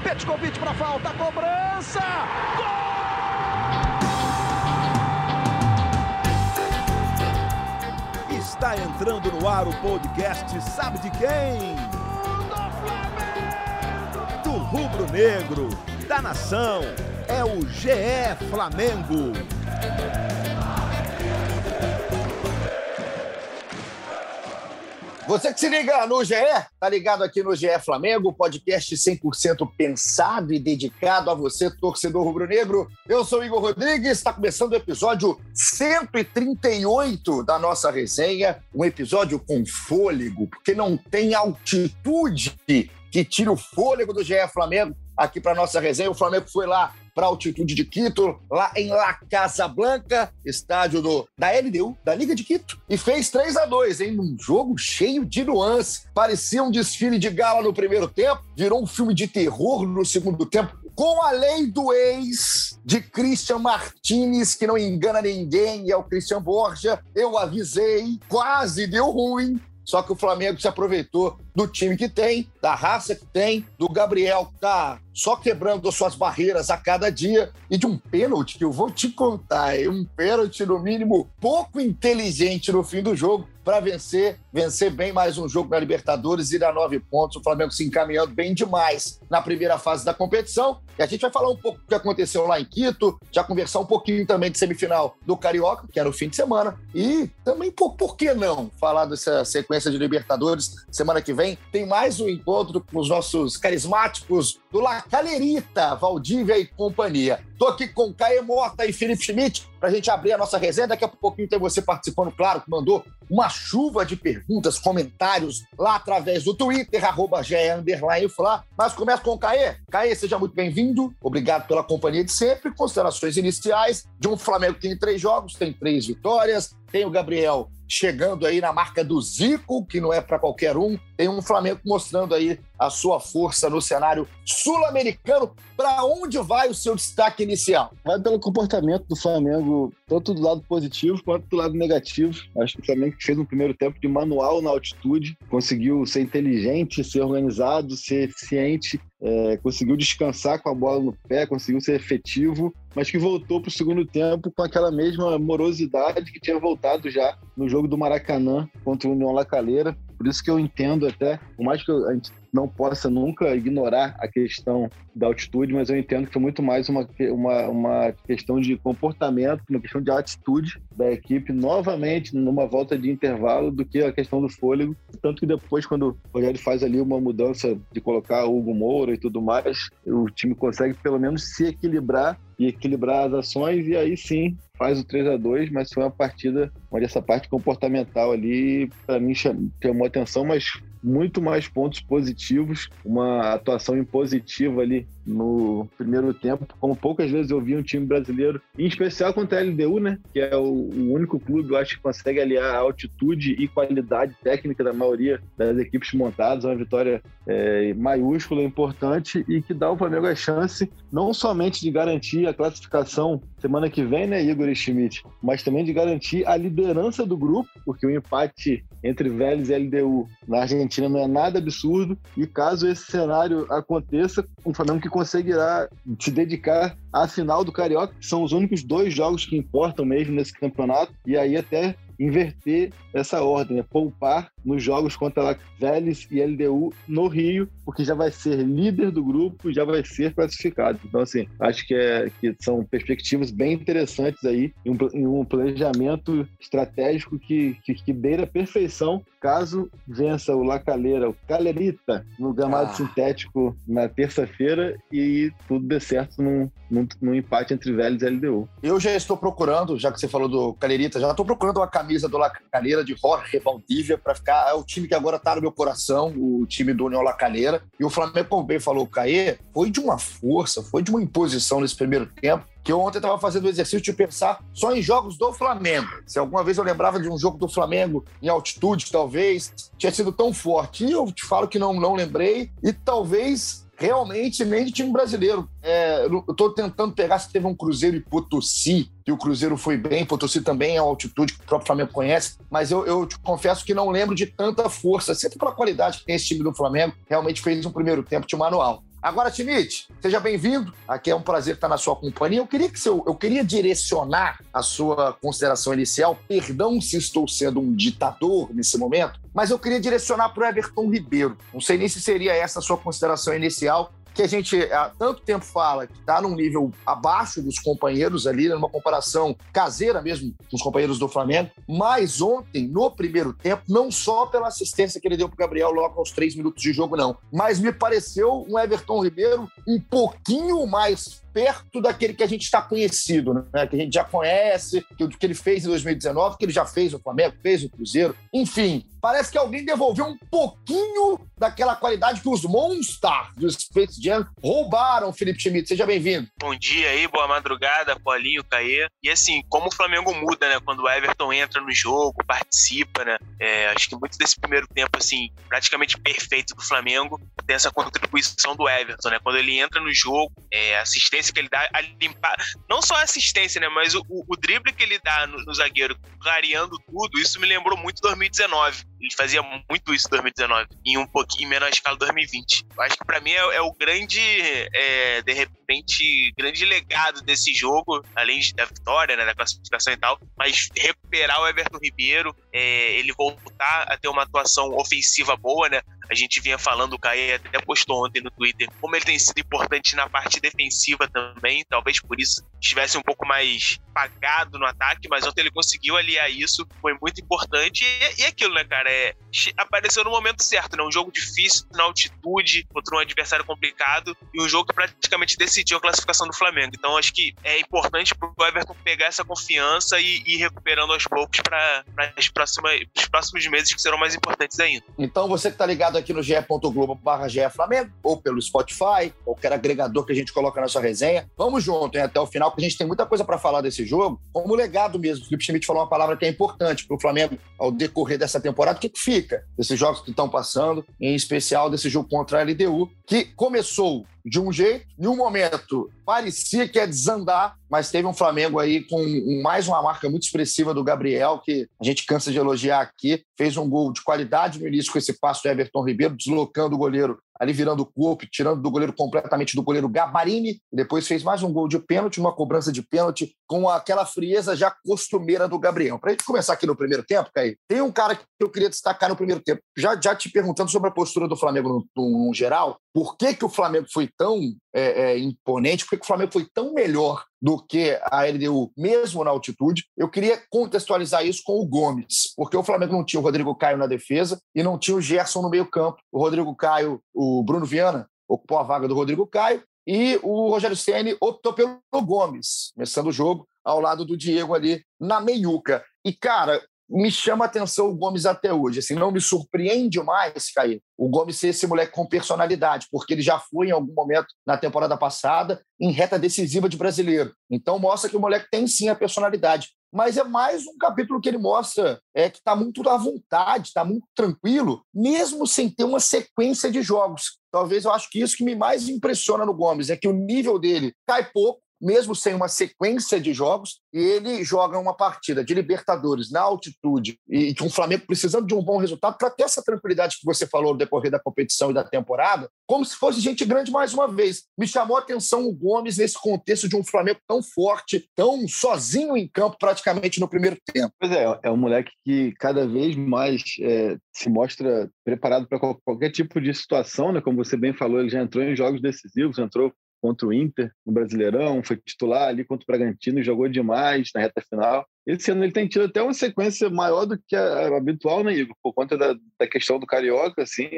Petkovic para falta, cobrança! Gol! Está entrando no ar o podcast Sabe de quem? Do rubro-negro, da nação, é o GE Flamengo. Você que se liga no GE, tá ligado aqui no GE Flamengo, podcast 100% pensado e dedicado a você, torcedor rubro-negro. Eu sou o Igor Rodrigues, está começando o episódio 138 da nossa resenha, um episódio com fôlego, porque não tem altitude que tira o fôlego do GE Flamengo aqui para nossa resenha. O Flamengo foi lá para a altitude de Quito, lá em La Casablanca, estádio da LDU, da Liga de Quito, e fez 3-2, hein? Num jogo cheio de nuances. Parecia um desfile de gala no primeiro tempo, virou um filme de terror no segundo tempo, com a lei do ex de Christian Martinez, que não engana ninguém, é o Christian Borja. Eu avisei, quase deu ruim. Só que o Flamengo se aproveitou do time que tem, da raça que tem, do Gabriel que tá só quebrando as suas barreiras a cada dia, e de um pênalti que eu vou te contar, um pênalti no mínimo pouco inteligente no fim do jogo para vencer bem mais um jogo na Libertadores e dar 9 pontos. O Flamengo se encaminhando bem demais na primeira fase da competição. E a gente vai falar um pouco do que aconteceu lá em Quito, já conversar um pouquinho também de semifinal do Carioca, que era no fim de semana, e também, por que não, falar dessa sequência de Libertadores. Semana que vem tem mais um encontro com os nossos carismáticos do La Calherita, Valdívia e companhia. Tô aqui com Caê Mota e Felipe Schmidt pra gente abrir a nossa resenha. Daqui a pouquinho tem você participando, claro, que mandou uma chuva de perguntas, comentários lá através do Twitter, @GE_Fla. Mas começa com o Caê. Caê, seja muito bem-vindo. Obrigado pela companhia de sempre. Considerações iniciais de um Flamengo que tem 3 jogos, tem 3 vitórias. Tem o Gabriel chegando aí na marca do Zico, que não é para qualquer um. Tem um Flamengo mostrando aí a sua força no cenário sul-americano. Para onde vai o seu destaque inicial? Vai pelo comportamento do Flamengo, tanto do lado positivo quanto do lado negativo. Acho que o Flamengo fez um primeiro tempo de manual na altitude, conseguiu ser inteligente, ser organizado, ser eficiente, conseguiu descansar com a bola no pé, conseguiu ser efetivo, mas que voltou para o segundo tempo com aquela mesma morosidade que tinha voltado já no jogo do Maracanã contra o União La Calera. Por isso que eu entendo até, por mais que a gente não possa nunca ignorar a questão da altitude, mas eu entendo que foi muito mais uma questão de comportamento, uma questão de atitude da equipe, novamente, numa volta de intervalo, do que a questão do fôlego. Tanto que depois, quando o Rogério faz ali uma mudança de colocar o Hugo Moura e tudo mais, o time consegue pelo menos se equilibrar e equilibrar as ações, e aí sim faz o 3-2, mas foi uma partida onde essa parte comportamental ali, para mim, chamou atenção, mas muito mais pontos positivos, uma atuação impositiva ali no primeiro tempo, como poucas vezes eu vi um time brasileiro, em especial contra a LDU, né, que é o único clube, eu acho, que consegue aliar a altitude e qualidade técnica da maioria das equipes montadas. É uma vitória maiúscula, importante, e que dá ao Flamengo a chance não somente de garantir a classificação semana que vem, né, Igor e Schmidt, mas também de garantir a liderança do grupo, porque o empate entre Vélez e LDU na Argentina não é nada absurdo, e caso esse cenário aconteça, o Flamengo que conseguirá se dedicar à final do Carioca, que são os únicos 2 jogos que importam mesmo nesse campeonato, e aí até inverter essa ordem, né? Poupar nos jogos contra Vélez e LDU no Rio, porque já vai ser líder do grupo, já vai ser classificado. Então, assim, acho que são perspectivas bem interessantes aí, em um planejamento estratégico que beira a perfeição, caso vença o La Calera, o Calherita, no gramado sintético na terça-feira, e tudo dê certo num empate entre Vélez e LDU. Eu já estou procurando, já que você falou do Calherita, já estou procurando uma camisa do La Calera de Jorge Valdívia para ficar. É o time que agora está no meu coração, o time do União La Calera. E o Flamengo, como bem falou o Caê, foi de uma força, foi de uma imposição nesse primeiro tempo, que eu ontem estava fazendo o exercício de pensar só em jogos do Flamengo. Se alguma vez eu lembrava de um jogo do Flamengo em altitude, talvez, tinha sido tão forte. E eu te falo que não lembrei, e talvez realmente nem de time brasileiro. Eu estou tentando pegar se teve um Cruzeiro e Potosí, que o Cruzeiro foi bem, Potosí também é uma altitude que o próprio Flamengo conhece, mas eu te confesso que não lembro de tanta força, sempre pela qualidade que tem esse time do Flamengo, realmente fez um primeiro tempo de manual. Agora, Schmidt, seja bem-vindo. Aqui é um prazer estar na sua companhia. Eu queria direcionar a sua consideração inicial. Perdão se estou sendo um ditador nesse momento, mas eu queria direcionar para o Everton Ribeiro. Não sei nem se seria essa a sua consideração inicial, que a gente há tanto tempo fala que está num nível abaixo dos companheiros ali, numa comparação caseira mesmo com os companheiros do Flamengo, mas ontem, no primeiro tempo, não só pela assistência que ele deu para o Gabriel logo aos 3 minutos de jogo, não, mas me pareceu um Everton Ribeiro um pouquinho mais perto daquele que a gente está conhecido, né? Que a gente já conhece, que ele fez em 2019, que ele já fez o Flamengo, fez o Cruzeiro. Enfim, parece que alguém devolveu um pouquinho daquela qualidade que os Monstars do Space Jam roubaram. Felipe Schmidt, seja bem-vindo. Bom dia aí, boa madrugada, Paulinho, Caê. E assim, como o Flamengo muda, né? Quando o Everton entra no jogo, participa, né? Acho que muito desse primeiro tempo, assim, praticamente perfeito do Flamengo, tem essa contribuição do Everton, né? Quando ele entra no jogo, a assistência que ele dá a limpar, não só a assistência, né? Mas o drible que ele dá no zagueiro, clareando tudo, isso me lembrou muito 2019. Ele fazia muito isso em 2019, em um pouquinho em menor escala 2020. Eu acho que pra mim é o grande, de repente, grande legado desse jogo, além da vitória, né, da classificação e tal, mas recuperar o Everton Ribeiro, ele voltar a ter uma atuação ofensiva boa, né? A gente vinha falando, o Caê até postou ontem no Twitter, como ele tem sido importante na parte defensiva também, talvez por isso estivesse um pouco mais apagado no ataque, mas ontem ele conseguiu aliar isso, foi muito importante, e aquilo, né, cara, apareceu no momento certo, né, um jogo difícil, na altitude, contra um adversário complicado, e um jogo que praticamente decidiu a classificação do Flamengo, então acho que é importante pro Everton pegar essa confiança e ir recuperando aos poucos para os próximos meses que serão mais importantes ainda. Então você que tá ligado aqui no ge.globo/Flamengo ou pelo Spotify, qualquer agregador que a gente coloca na sua resenha, vamos junto, hein, até o final, porque a gente tem muita coisa para falar desse jogo, como legado mesmo. O Felipe Schmidt falou uma palavra que é importante para o Flamengo ao decorrer dessa temporada. O que fica desses jogos que estão passando, em especial desse jogo contra a LDU, que começou de um jeito, em um momento parecia que ia desandar, mas teve um Flamengo aí com mais uma marca muito expressiva do Gabriel, que a gente cansa de elogiar aqui, fez um gol de qualidade no início com esse passo do Everton Ribeiro, deslocando o goleiro ali, virando o corpo, tirando do goleiro completamente do goleiro Gabarini, e depois fez mais um gol de pênalti, uma cobrança de pênalti, com aquela frieza já costumeira do Gabriel. Pra gente começar aqui no primeiro tempo, Caí, tem um cara que eu queria destacar no primeiro tempo, já te perguntando sobre a postura do Flamengo no geral, por que o Flamengo foi tão imponente, por que o Flamengo foi tão melhor do que a LDU, mesmo na altitude. Eu queria contextualizar isso com o Gomes, porque o Flamengo não tinha o Rodrigo Caio na defesa e não tinha o Gerson no meio campo. O Rodrigo Caio, o Bruno Viana, ocupou a vaga do Rodrigo Caio e o Rogério Ceni optou pelo Gomes, começando o jogo ao lado do Diego ali na meiuca. E, cara, me chama a atenção o Gomes até hoje. Assim, não me surpreende mais, Caí, o Gomes ser esse moleque com personalidade, porque ele já foi em algum momento na temporada passada em reta decisiva de Brasileiro. Então mostra que o moleque tem sim a personalidade. Mas é mais um capítulo que ele mostra que está muito à vontade, está muito tranquilo, mesmo sem ter uma sequência de jogos. Talvez eu acho que isso que me mais impressiona no Gomes é que o nível dele cai pouco, mesmo sem uma sequência de jogos, e ele joga uma partida de Libertadores na altitude e com o Flamengo precisando de um bom resultado para ter essa tranquilidade que você falou no decorrer da competição e da temporada, como se fosse gente grande mais uma vez. Me chamou a atenção o Gomes nesse contexto de um Flamengo tão forte, tão sozinho em campo praticamente no primeiro tempo. Pois é um moleque que cada vez mais se mostra preparado para qualquer tipo de situação, né? Como você bem falou, ele já entrou em jogos decisivos, entrou contra o Inter no Brasileirão, foi titular ali contra o Bragantino, jogou demais na reta final. Esse ano ele tem tido até uma sequência maior do que a habitual, né, Igor? Por conta da questão do Carioca, assim,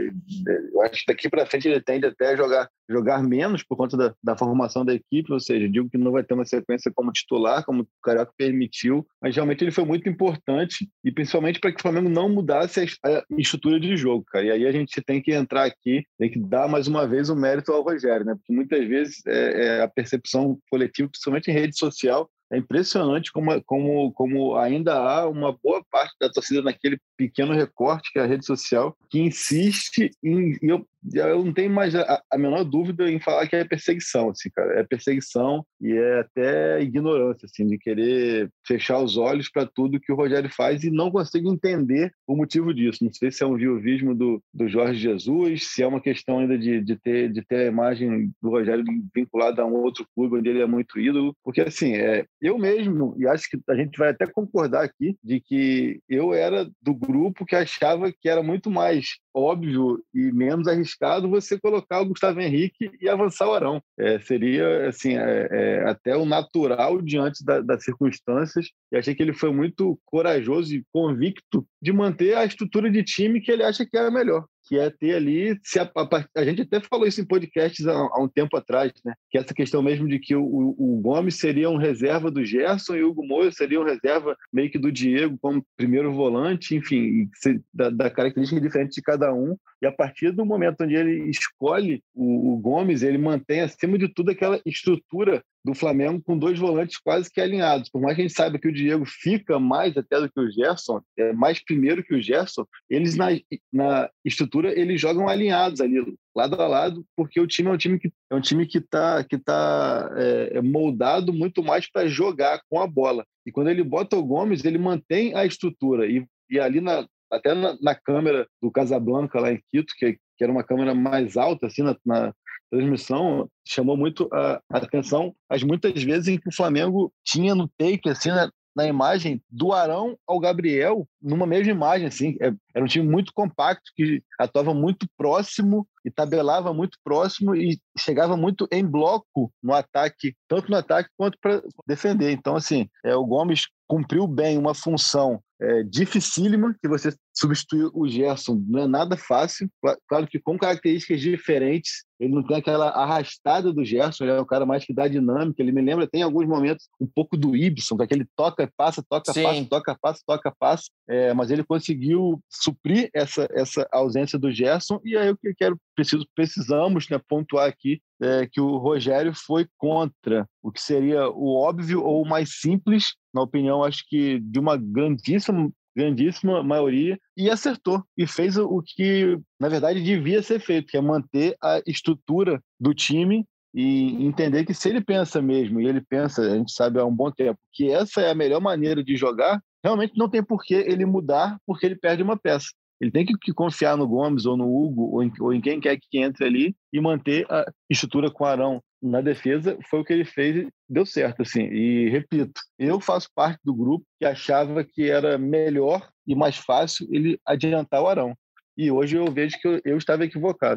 eu acho que daqui para frente ele tende até a jogar menos por conta da formação da equipe, ou seja, digo que não vai ter uma sequência como titular, como o Carioca permitiu, mas realmente ele foi muito importante, e principalmente para que o Flamengo não mudasse a estrutura de jogo, cara. E aí a gente tem que entrar aqui, tem que dar mais uma vez o mérito ao Rogério, né? Porque muitas vezes a percepção coletiva, principalmente em rede social, é impressionante como ainda há uma boa parte da torcida naquele pequeno recorte que é a rede social, que insiste em... eu não tenho mais a menor dúvida em falar que é perseguição, assim, cara. É perseguição e é até ignorância, assim, de querer fechar os olhos para tudo que o Rogério faz e não consigo entender o motivo disso. Não sei se é um viovismo do Jorge Jesus, se é uma questão ainda de ter a imagem do Rogério vinculada a um outro clube onde ele é muito ídolo, porque, assim, eu mesmo, e acho que a gente vai até concordar aqui, de que eu era do grupo que achava que era muito mais óbvio e menos arriscado você colocar o Gustavo Henrique e avançar o Arão. Seria assim, até o natural diante das circunstâncias, e achei que ele foi muito corajoso e convicto de manter a estrutura de time que ele acha que era melhor, que é ter ali, a gente até falou isso em podcasts há um tempo atrás, né? Que essa questão mesmo de que o Gomes seria um reserva do Gerson e o Hugo Moura seria um reserva meio que do Diego como primeiro volante, enfim, da característica diferente de cada um, e a partir do momento onde ele escolhe o Gomes, ele mantém acima de tudo aquela estrutura do Flamengo com dois volantes quase que alinhados. Por mais que a gente saiba que o Diego fica mais até do que o Gerson, é mais primeiro que o Gerson, eles na estrutura eles jogam alinhados ali, lado a lado, porque o time é um time que tá moldado muito mais para jogar com a bola. E quando ele bota o Gomes, ele mantém a estrutura. E ali até na câmera do Casablanca, lá em Quito, que era uma câmera mais alta, assim, na transmissão, chamou muito a atenção as muitas vezes em que o Flamengo tinha no take, assim, na imagem, do Arão ao Gabriel, numa mesma imagem, assim. Era um time muito compacto, que atuava muito próximo e tabelava muito próximo e chegava muito em bloco no ataque, tanto no ataque quanto para defender. Então, assim, o Gomes cumpriu bem uma função dificílima, que você substituir o Gerson não é nada fácil, claro que com características diferentes, ele não tem aquela arrastada do Gerson, ele é um cara mais que dá dinâmica, ele me lembra, tem em alguns momentos, um pouco do Ibson, com aquele toca, passa, toca, passa, toca, passa, toca, passa, mas ele conseguiu suprir essa ausência do Gerson, e aí o que precisamos, né, pontuar aqui, que o Rogério foi contra o que seria o óbvio ou o mais simples, na opinião, acho que de uma grandíssima maioria, e acertou, e fez o que, na verdade, devia ser feito, que é manter a estrutura do time e entender que se ele pensa mesmo, e ele pensa, a gente sabe há um bom tempo, que essa é a melhor maneira de jogar, realmente não tem por que ele mudar porque ele perde uma peça. Ele tem que confiar no Gomes ou no Hugo ou em quem quer que entre ali e manter a estrutura com o Arão na defesa. Foi o que ele fez e deu certo, assim. E, repito, eu faço parte do grupo que achava que era melhor e mais fácil ele adiantar o Arão. E hoje eu vejo que eu estava equivocado.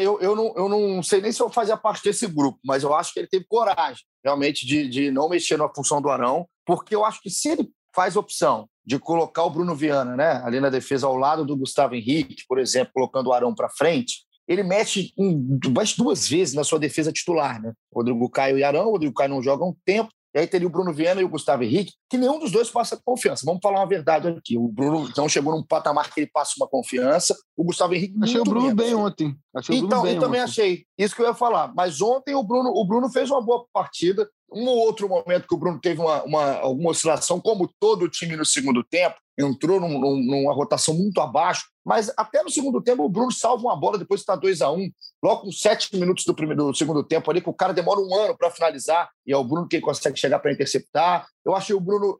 Eu não sei nem se eu fazia parte desse grupo, mas eu acho que ele teve coragem, realmente, de não mexer na função do Arão, porque eu acho que se ele faz opção de colocar o Bruno Viana, né, ali na defesa ao lado do Gustavo Henrique, por exemplo, colocando o Arão para frente, ele mexe mais duas vezes na sua defesa titular, né? Rodrigo Caio e Arão, o Rodrigo Caio não joga há um tempo, e aí teria o Bruno Viana e o Gustavo Henrique, que nenhum dos dois passa confiança. Vamos falar uma verdade aqui. O Bruno não chegou num patamar que ele passa uma confiança. O Gustavo Henrique achei muito o Bruno menos. bem ontem. Eu também achei. Isso que eu ia falar. Mas ontem o Bruno fez uma boa partida. Um ou outro momento que o Bruno teve alguma oscilação, como todo o time no segundo tempo, entrou numa rotação muito abaixo, mas até no segundo tempo o Bruno salva uma bola depois que está 2-1, logo com 7 minutos do segundo tempo ali, que o cara demora um ano para finalizar, e é o Bruno quem consegue chegar para interceptar. Eu achei o Bruno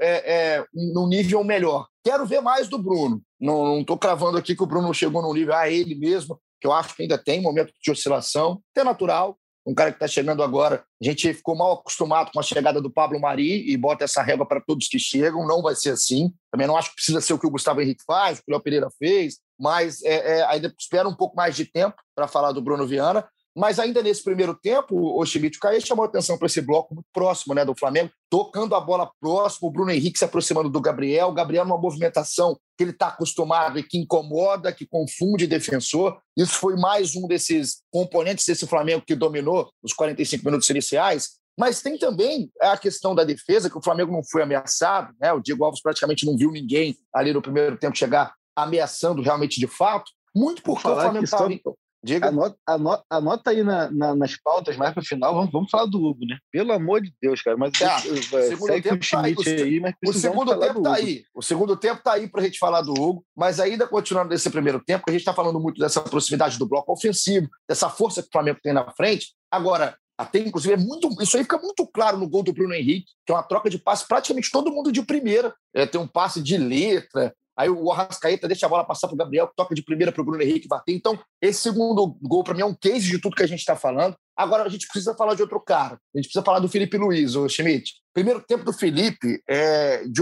num nível melhor. Quero ver mais do Bruno. Não estou cravando aqui que o Bruno chegou num nível ele mesmo, que eu acho que ainda tem momento de oscilação, até natural. Um cara que está chegando agora, a gente ficou mal acostumado com a chegada do Pablo Mari e bota essa régua para todos que chegam, não vai ser assim. Também não acho que precisa ser o que o Gustavo Henrique faz, o que o Léo Pereira fez, mas ainda espera um pouco mais de tempo para falar do Bruno Viana. Mas ainda nesse primeiro tempo, o Schmidt, o Caê chamou a atenção para esse bloco muito próximo, né, do Flamengo, tocando a bola próximo, o Bruno Henrique se aproximando do Gabriel, o Gabriel numa movimentação que ele está acostumado e que incomoda, que confunde defensor. Isso foi mais um desses componentes desse Flamengo que dominou os 45 minutos iniciais. Mas tem também a questão da defesa, que o Flamengo não foi ameaçado, né? O Diego Alves praticamente não viu ninguém ali no primeiro tempo chegar ameaçando realmente de fato, muito porque o Flamengo estava... Diga. Anota aí nas pautas mais para o final. Vamos falar do Hugo, né? Pelo amor de Deus, cara. Mas segue o Schmidt aí, mas o segundo tempo tá aí. O segundo tempo tá aí para a gente falar do Hugo, mas ainda continuando nesse primeiro tempo, que a gente está falando muito dessa proximidade do bloco ofensivo, dessa força que o Flamengo tem na frente. Agora, até inclusive, isso aí fica muito claro no gol do Bruno Henrique, que é uma troca de passe praticamente todo mundo de primeira. Tem um passe de letra. Aí o Arrascaeta deixa a bola passar para o Gabriel, que toca de primeira para o Bruno Henrique bater. Então, esse segundo gol, para mim, é um case de tudo que a gente está falando. Agora, a gente precisa falar de outro cara. A gente precisa falar do Felipe Luiz, o Schmidt. Primeiro tempo do Felipe é de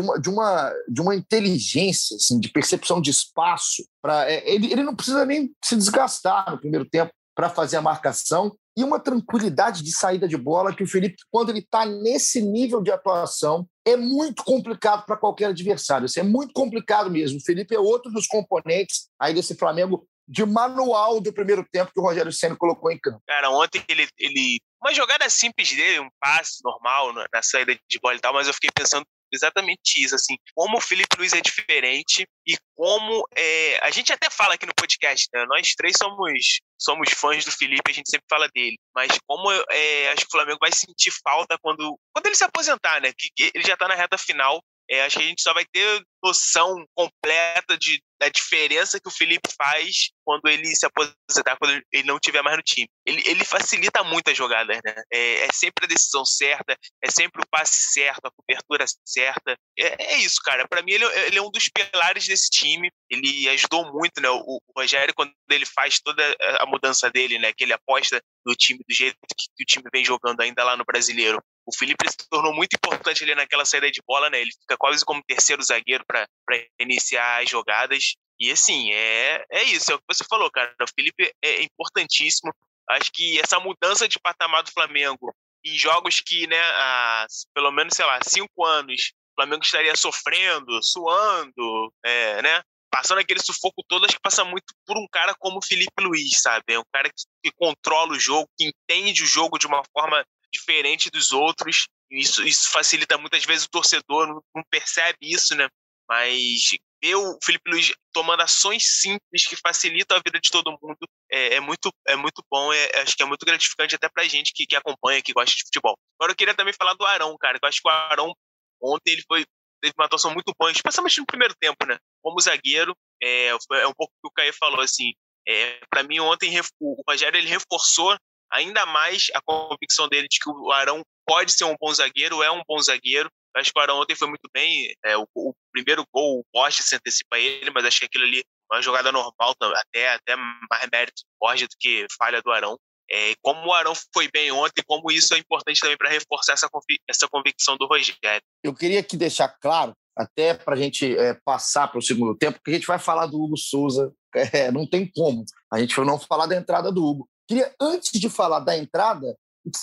uma inteligência, assim, de percepção de espaço. Ele não precisa nem se desgastar no primeiro tempo para fazer a marcação. E uma tranquilidade de saída de bola que o Felipe, quando ele está nesse nível de atuação, é muito complicado para qualquer adversário. Isso é muito complicado mesmo. O Felipe é outro dos componentes aí desse Flamengo de manual do primeiro tempo que o Rogério Ceni colocou em campo. Cara, ontem ele uma jogada simples dele, um passe normal na saída de bola e tal, mas eu fiquei pensando exatamente isso, assim, como o Felipe Luiz é diferente e como a gente até fala aqui no podcast, né? Nós três somos fãs do Felipe, a gente sempre fala dele, mas como acho que o Flamengo vai sentir falta quando ele se aposentar, né? Que ele já tá na reta final. Acho que a gente só vai ter noção completa da diferença que o Felipe faz quando ele se aposentar, quando ele não estiver mais no time. Ele facilita muito as jogadas, né? É sempre a decisão certa, é sempre o passe certo, a cobertura certa. É isso, cara. Para mim, ele é um dos pilares desse time. Ele ajudou muito, né? O Rogério, quando ele faz toda a mudança dele, né? Que ele aposta no time do jeito que o time vem jogando ainda lá no Brasileiro. O Felipe se tornou muito importante ali naquela saída de bola, né? Ele fica quase como terceiro zagueiro para iniciar as jogadas. E assim, é isso, é o que você falou, cara. O Felipe é importantíssimo. Acho que essa mudança de patamar do Flamengo em jogos que, né, há pelo menos, 5 anos, o Flamengo estaria sofrendo, suando, né? Passando aquele sufoco todo, acho que passa muito por um cara como o Felipe Luiz, sabe? É um cara que controla o jogo, que entende o jogo de uma forma diferente dos outros. Isso facilita muitas vezes o torcedor, não percebe isso, né? Mas ver o Felipe Luiz tomando ações simples que facilitam a vida de todo mundo é muito bom. Acho que é muito gratificante até pra gente que acompanha, que gosta de futebol. Agora eu queria também falar do Arão, cara. Eu acho que o Arão ontem teve uma atuação muito boa, especialmente no primeiro tempo, né? Como zagueiro, é um pouco o que o Caio falou, assim. Para mim, ontem o Rogério ele reforçou ainda mais a convicção dele de que o Arão pode ser um bom zagueiro, é um bom zagueiro. Acho que o Arão ontem foi muito bem. O primeiro gol, o Borja se antecipa ele, mas acho que aquilo ali é uma jogada normal, até mais mérito do Borja do que falha do Arão. Como o Arão foi bem ontem, como isso é importante também para reforçar essa convicção do Rogério. Eu queria aqui deixar claro, até para a gente passar para o segundo tempo, porque a gente vai falar do Hugo Souza, não tem como a gente não falar da entrada do Hugo. Queria, antes de falar da entrada,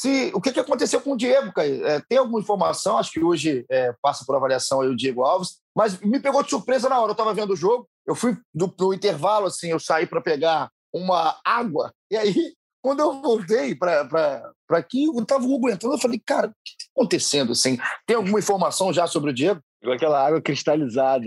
o que aconteceu com o Diego, Caio? Tem alguma informação? Acho que hoje passa por avaliação aí o Diego Alves, mas me pegou de surpresa na hora. Eu estava vendo o jogo, eu fui no intervalo, assim, eu saí para pegar uma água, e aí, quando eu voltei para aqui, estava o Hugo entrando, eu falei, cara, o que está acontecendo? Assim? Tem alguma informação já sobre o Diego? Igual aquela água cristalizada.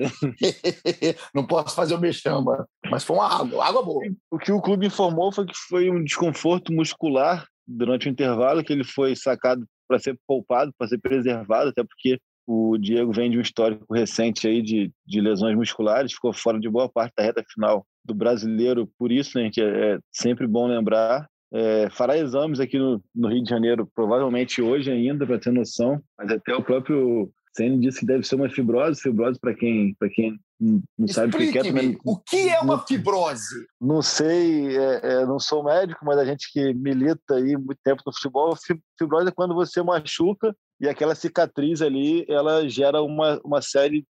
Não posso fazer o mexão, mas foi uma água boa. O que o clube informou foi que foi um desconforto muscular durante o intervalo, que ele foi sacado para ser poupado, para ser preservado, até porque o Diego vem de um histórico recente aí de lesões musculares, ficou fora de boa parte da reta final do Brasileiro, por isso, né, que é sempre bom lembrar. Fará exames aqui no Rio de Janeiro, provavelmente hoje ainda, para ter noção, mas até o próprio Ceni disse que deve ser uma fibrose para quem não sabe o que é. Também, o que é uma fibrose? Não sei, não sou médico, mas a gente que milita aí muito tempo no futebol, fibrose é quando você machuca e aquela cicatriz ali, ela gera uma série,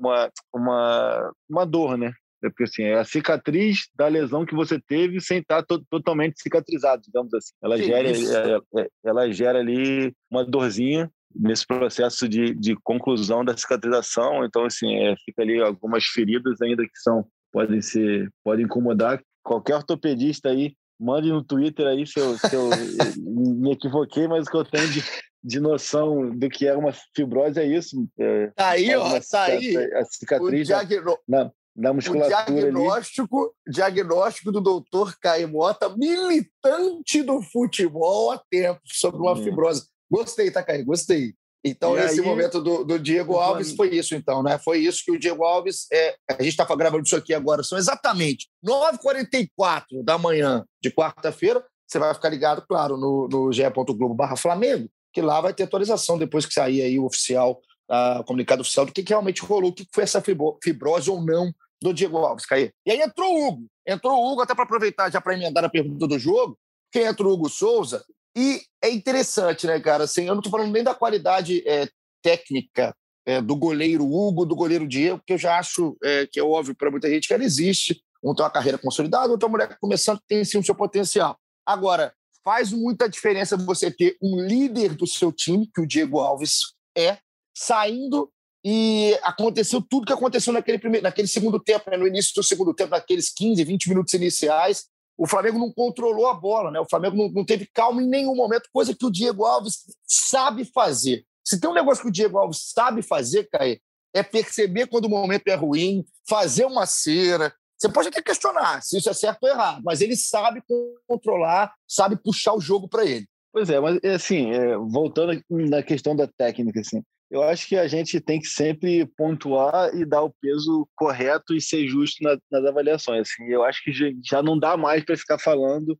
uma dor, né? Porque assim, é a cicatriz da lesão que você teve sem estar totalmente cicatrizado, digamos assim. Ela gera ali uma dorzinha nesse processo de conclusão da cicatrização. Então, assim, fica ali algumas feridas ainda que podem incomodar. Qualquer ortopedista aí, mande no Twitter aí se eu me equivoquei, mas o que eu tenho de noção do que é uma fibrose é isso. Tá aí, ó, tá aí. A cicatriz da musculatura diagnóstico do doutor Caio Mota, militante do futebol há tempo, sobre uma fibrose. Gostei, tá, Caio? Gostei. Então, esse momento do Diego Alves foi isso, então, né? Foi isso que o Diego Alves... a gente está gravando isso aqui agora, são exatamente 9h44 da manhã de quarta-feira. Você vai ficar ligado, claro, no ge.globo/Flamengo, que lá vai ter atualização depois que sair aí o comunicado oficial do que realmente rolou, o que foi essa fibrose ou não do Diego Alves, Caí. E aí entrou o Hugo, até para aproveitar já para emendar a pergunta do jogo, que entra o Hugo Souza, e é interessante, né, cara, assim, eu não estou falando nem da qualidade técnica do goleiro Hugo, do goleiro Diego, que eu já acho que é óbvio para muita gente que ela existe, um tem uma carreira consolidada, outro é uma mulher começando, tem sim o seu potencial. Agora, faz muita diferença você ter um líder do seu time, que o Diego Alves saindo, e aconteceu tudo que aconteceu naquele segundo tempo, né? No início do segundo tempo, naqueles 15, 20 minutos iniciais, o Flamengo não controlou a bola, né? O Flamengo não teve calma em nenhum momento, coisa que o Diego Alves sabe fazer. Se tem um negócio que o Diego Alves sabe fazer, Caê, é perceber quando o momento é ruim, fazer uma cera. Você pode até questionar se isso é certo ou errado, mas ele sabe controlar, sabe puxar o jogo para ele. Pois é, mas assim, voltando na questão da técnica, assim, eu acho que a gente tem que sempre pontuar e dar o peso correto e ser justo nas avaliações. Assim. Eu acho que já não dá mais para ficar falando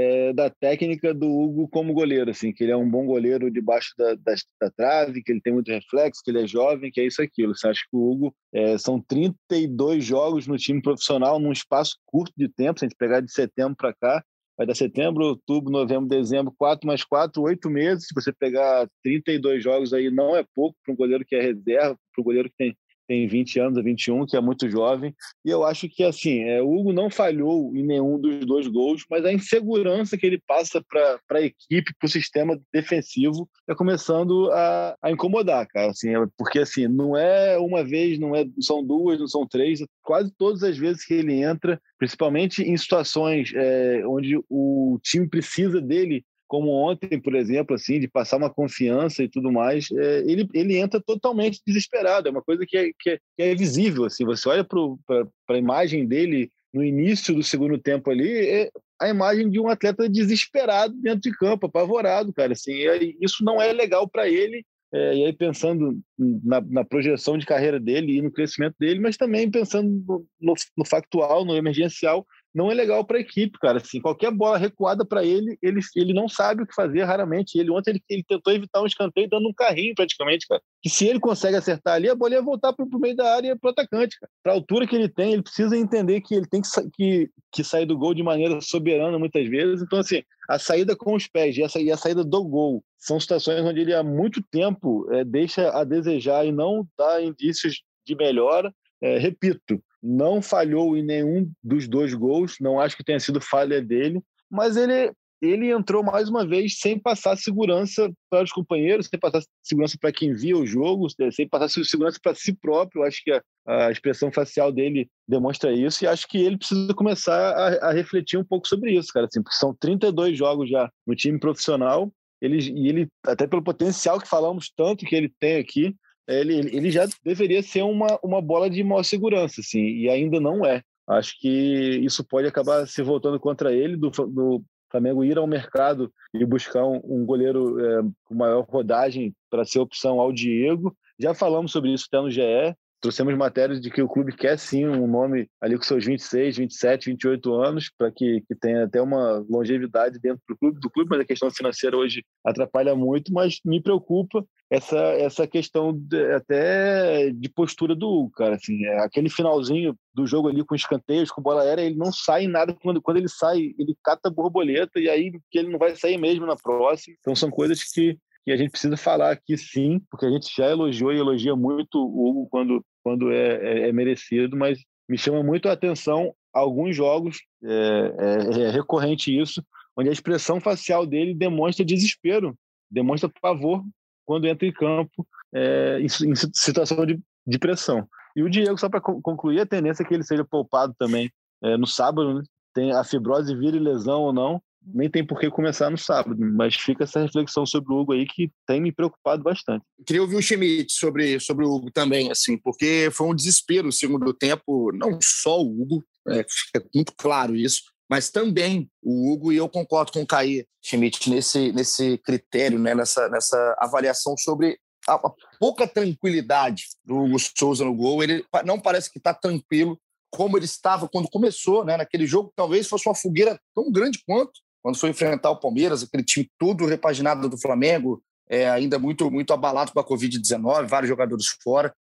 da técnica do Hugo como goleiro, assim, que ele é um bom goleiro debaixo da trave, que ele tem muito reflexo, que ele é jovem, que é isso, aquilo. Você acha que o Hugo são 32 jogos no time profissional num espaço curto de tempo, se a gente pegar de setembro para cá, vai dar setembro, outubro, novembro, dezembro, 4 mais 4, 8 meses. Se você pegar 32 jogos aí, não é pouco para um goleiro que é reserva, para um goleiro que tem 20 anos a 21, que é muito jovem. E eu acho que, assim, o Hugo não falhou em nenhum dos 2 gols, mas a insegurança que ele passa para a equipe, para o sistema defensivo, está começando a incomodar, cara. Assim, porque, assim, não é uma vez, são 2, não são 3, quase todas as vezes que ele entra, principalmente em situações onde o time precisa dele, como ontem, por exemplo, assim, de passar uma confiança e tudo mais, ele entra totalmente desesperado. É uma coisa que é visível. Assim, você olha para a imagem dele no início do segundo tempo ali, é a imagem de um atleta desesperado dentro de campo, apavorado, cara. Assim, isso não é legal para ele. E aí pensando na projeção de carreira dele e no crescimento dele, mas também pensando no factual, no emergencial, não é legal para a equipe, cara. Assim, qualquer bola recuada para ele não sabe o que fazer raramente. Ontem ele tentou evitar um escanteio dando um carrinho praticamente, cara. Que se ele consegue acertar ali, a bola ia voltar para o meio da área para o atacante, cara. Para a altura que ele tem, ele precisa entender que ele tem que sair do gol de maneira soberana muitas vezes. Então, assim, a saída com os pés e a saída do gol são situações onde ele há muito tempo deixa a desejar e não dá indícios de melhora. Repito, não falhou em nenhum dos 2 gols, não acho que tenha sido falha dele, mas ele entrou mais uma vez sem passar segurança para os companheiros, sem passar segurança para quem via o jogo, sem passar segurança para si próprio. Acho que a expressão facial dele demonstra isso, e acho que ele precisa começar a refletir um pouco sobre isso, cara. Assim, porque são 32 jogos já no time profissional, ele até pelo potencial que falamos tanto que ele tem aqui, ele já deveria ser uma bola de maior segurança, assim, e ainda não é. Acho que isso pode acabar se voltando contra ele, do Flamengo ir ao mercado e buscar um goleiro com maior rodagem para ser opção ao Diego. Já falamos sobre isso até no GE, trouxemos matérias de que o clube quer sim um nome ali com seus 26, 27, 28 anos, para que tenha até uma longevidade dentro do clube, mas a questão financeira hoje atrapalha muito, mas me preocupa essa questão até de postura do Hugo, cara. Assim, aquele finalzinho do jogo ali com escanteios, com bola aérea, ele não sai em nada. Quando ele sai, ele cata borboleta, e aí que ele não vai sair mesmo na próxima. Então são coisas que a gente precisa falar aqui sim, porque a gente já elogiou e elogia muito o Hugo quando é merecido, mas me chama muito a atenção alguns jogos, é recorrente isso, onde a expressão facial dele demonstra desespero, demonstra pavor quando entra em campo em situação de pressão. E o Diego, só para concluir, a tendência é que ele seja poupado também no sábado, né? Tem a fibrose vira lesão ou não, nem tem por que começar no sábado, mas fica essa reflexão sobre o Hugo aí que tem me preocupado bastante. Queria ouvir o Schmidt sobre o Hugo também, assim, porque foi um desespero o segundo tempo, não só o Hugo, fica muito claro isso, mas também o Hugo, e eu concordo com o Caí Schmidt nesse critério, né, nessa avaliação sobre a pouca tranquilidade do Hugo Souza no gol. Ele não parece que está tranquilo como ele estava quando começou, né, naquele jogo, talvez fosse uma fogueira tão grande quando foi enfrentar o Palmeiras, aquele time todo repaginado do Flamengo, ainda muito, muito abalado com a Covid-19, vários jogadores fora.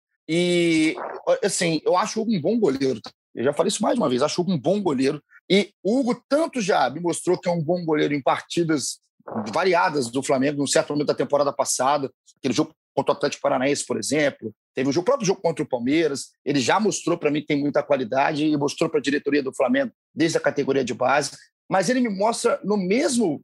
E, assim, eu acho o Hugo um bom goleiro. Eu já falei isso mais uma vez, acho o Hugo um bom goleiro. E o Hugo tanto já me mostrou que é um bom goleiro em partidas variadas do Flamengo, num certo momento da temporada passada, aquele jogo contra o Atlético Paranaense, por exemplo, teve o próprio jogo contra o Palmeiras, ele já mostrou para mim que tem muita qualidade e mostrou para a diretoria do Flamengo desde a categoria de base, mas ele me mostra no mesmo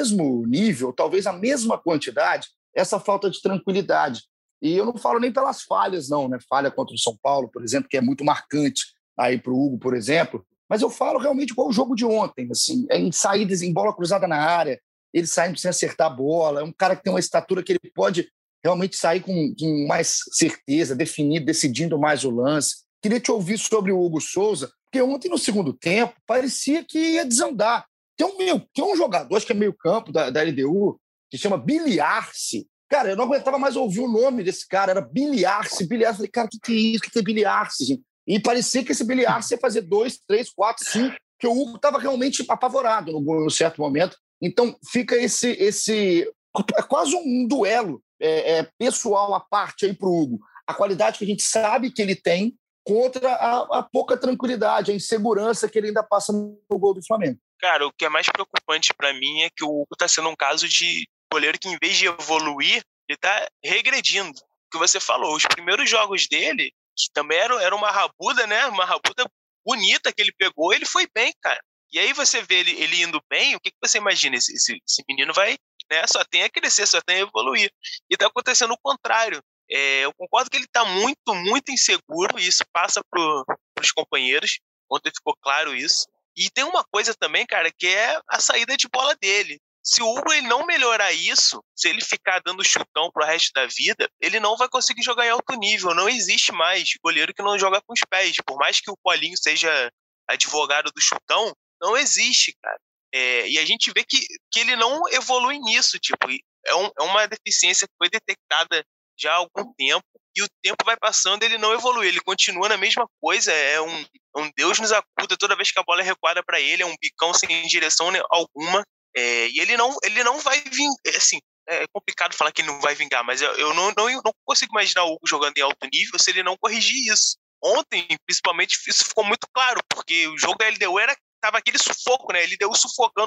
nível, talvez a mesma quantidade, essa falta de tranquilidade. E eu não falo nem pelas falhas, não, né? Falha contra o São Paulo, por exemplo, que é muito marcante aí para o Hugo, por exemplo, mas eu falo realmente igual o jogo de ontem, assim, em saídas, em bola cruzada na área, ele saindo sem acertar a bola, é um cara que tem uma estatura que ele pode realmente sair com mais certeza, definido, decidindo mais o lance. Queria te ouvir sobre o Hugo Souza, porque ontem, no segundo tempo, parecia que ia desandar. Tem um jogador, acho que é meio campo da LDU, que chama Billy Arce. Cara, eu não aguentava mais ouvir o nome desse cara, era Billy Arce. Falei, cara, o que é isso? O que é Billy Arce, gente? E parecia que esse Billy Arce ia fazer 2, 3, 4, 5, que o Hugo estava realmente apavorado no certo momento. Então, fica esse é quase um duelo pessoal à parte aí para o Hugo. A qualidade que a gente sabe que ele tem contra a pouca tranquilidade, a insegurança que ele ainda passa no gol do Flamengo. Cara, o que é mais preocupante para mim é que o Hugo está sendo um caso de goleiro que, em vez de evoluir, ele está regredindo. O que você falou, os primeiros jogos dele, que também era uma rabuda, né? Uma rabuda bonita que ele pegou, ele foi bem, cara. E aí você vê ele indo bem, o que você imagina? Esse menino vai, né, só tem a crescer, só tem a evoluir. E tá acontecendo o contrário. Eu concordo que ele tá muito, muito inseguro, e isso passa pros companheiros. Ontem ficou claro isso. E tem uma coisa também, cara, que é a saída de bola dele. Se o Hugo ele não melhorar isso, se ele ficar dando chutão pro resto da vida, ele não vai conseguir jogar em alto nível. Não existe mais goleiro que não joga com os pés. Por mais que o Paulinho seja advogado do chutão, não existe, cara. E a gente vê que ele não evolui nisso. Tipo, é uma deficiência que foi detectada já há algum tempo, e o tempo vai passando e ele não evolui. Ele continua na mesma coisa, é um Deus nos acuda toda vez que a bola é recuada para ele, é um bicão sem direção alguma. E ele não vai vir, assim, é complicado falar que ele não vai vingar, mas eu não consigo imaginar o Hugo jogando em alto nível se ele não corrigir isso. Ontem, principalmente, isso ficou muito claro, porque o jogo da LDU tava aquele sufoco, né? LDU sufocando,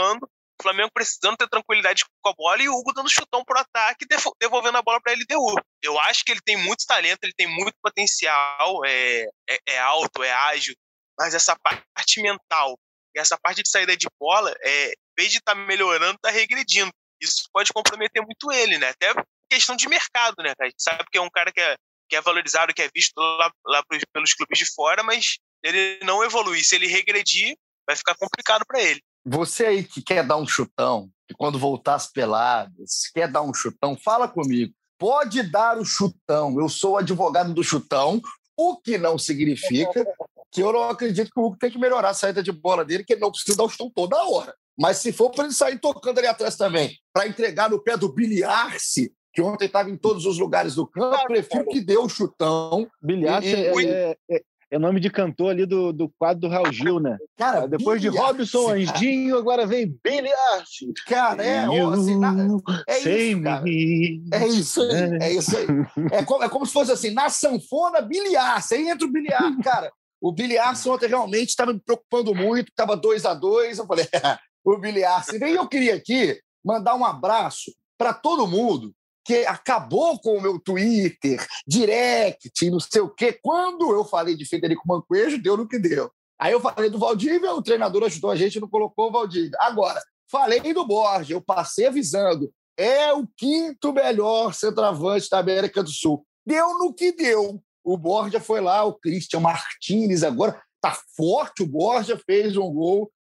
o Flamengo precisando ter tranquilidade com a bola e o Hugo dando chutão pro ataque, devolvendo a bola pra LDU. Eu acho que ele tem muito talento, ele tem muito potencial, é alto, é ágil, mas essa parte mental e essa parte de saída de bola, em vez de estar melhorando, tá regredindo. Isso pode comprometer muito ele, né? Até questão de mercado, né? A gente sabe que é um cara que é valorizado, que é visto lá pelos clubes de fora, mas ele não evolui. Se ele regredir, vai ficar complicado para ele. Você aí que quer dar um chutão, que quando voltar às peladas, quer dar um chutão, fala comigo. Pode dar o chutão. Eu sou advogado do chutão, o que não significa que eu não acredito que o Hugo tem que melhorar a saída de bola dele, que ele não precisa dar o chutão toda hora. Mas se for para ele sair tocando ali atrás também, para entregar no pé do Billy Arce, que ontem estava em todos os lugares do campo, eu prefiro que dê o chutão. Billy Arce é nome de cantor ali do quadro do Raul Gil, né? Cara, depois de Robson Anjinho, agora vem Billy Arce. Cara, é isso, cara. É isso aí. É como se fosse assim, na sanfona, Billy Arce. Aí entra o Billy Arce. Cara, o Billy Arce ontem realmente estava me preocupando muito, estava 2-2. Eu falei, o Billy Arce. E eu queria aqui mandar um abraço para todo mundo que acabou com o meu Twitter, direct, não sei o quê. Quando eu falei de Federico Mancoejo, deu no que deu. Aí eu falei do Valdívia, o treinador ajudou a gente, não colocou o Valdívia. Agora, falei do Borja, eu passei avisando, é o 5º melhor centroavante da América do Sul. Deu no que deu. O Borja foi lá, o Christian Martínez agora, tá forte, o Borja fez um gol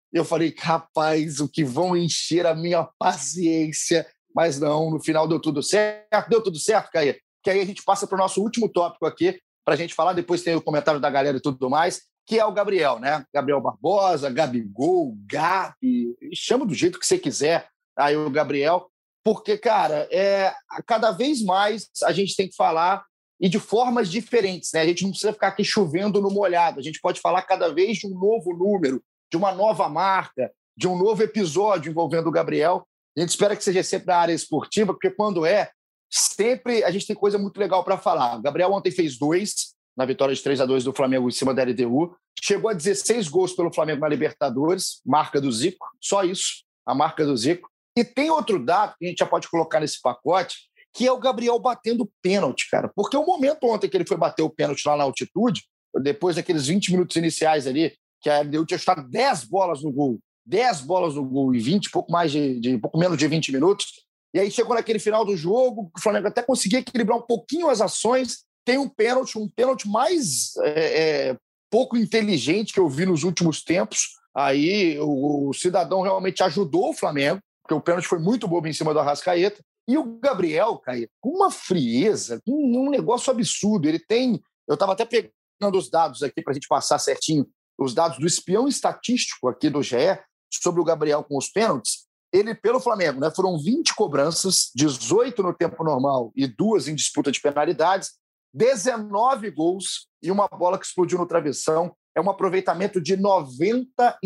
Eu falei, rapaz, o que vão encher a minha paciência. Mas não, no final deu tudo certo. Deu tudo certo, Caê? Que aí a gente passa para o nosso último tópico aqui, para a gente falar, depois tem o comentário da galera e tudo mais, que é o Gabriel, né? Gabriel Barbosa, Gabigol, Gabi, chama do jeito que você quiser aí o Gabriel, porque, cara, cada vez mais a gente tem que falar e de formas diferentes, né? A gente não precisa ficar aqui chovendo no molhado, a gente pode falar cada vez de um novo número, de uma nova marca, de um novo episódio envolvendo o Gabriel. A gente espera que seja sempre na área esportiva, porque quando sempre a gente tem coisa muito legal para falar. O Gabriel ontem fez 2 na vitória de 3-2 do Flamengo em cima da LDU. Chegou a 16 gols pelo Flamengo na Libertadores, marca do Zico. Só isso, a marca do Zico. E tem outro dado que a gente já pode colocar nesse pacote, que é o Gabriel batendo pênalti, cara. Porque o momento ontem que ele foi bater o pênalti lá na altitude, depois daqueles 20 minutos iniciais ali, que a LDU tinha chutado 10 bolas no gol, 10 bolas no gol e 20, pouco menos de 20 minutos. E aí chegou naquele final do jogo, o Flamengo até conseguia equilibrar um pouquinho as ações, tem um pênalti mais pouco inteligente que eu vi nos últimos tempos. Aí o cidadão realmente ajudou o Flamengo, porque o pênalti foi muito bobo em cima do Arrascaeta. E o Gabriel, Caio, com uma frieza, um negócio absurdo. Ele tem... Eu estava até pegando os dados aqui para a gente passar certinho, os dados do espião estatístico aqui do GE sobre o Gabriel com os pênaltis. Ele, pelo Flamengo, né, foram 20 cobranças, 18 no tempo normal e 2 em disputa de penalidades, 19 gols e uma bola que explodiu no travessão. É um aproveitamento de 95%.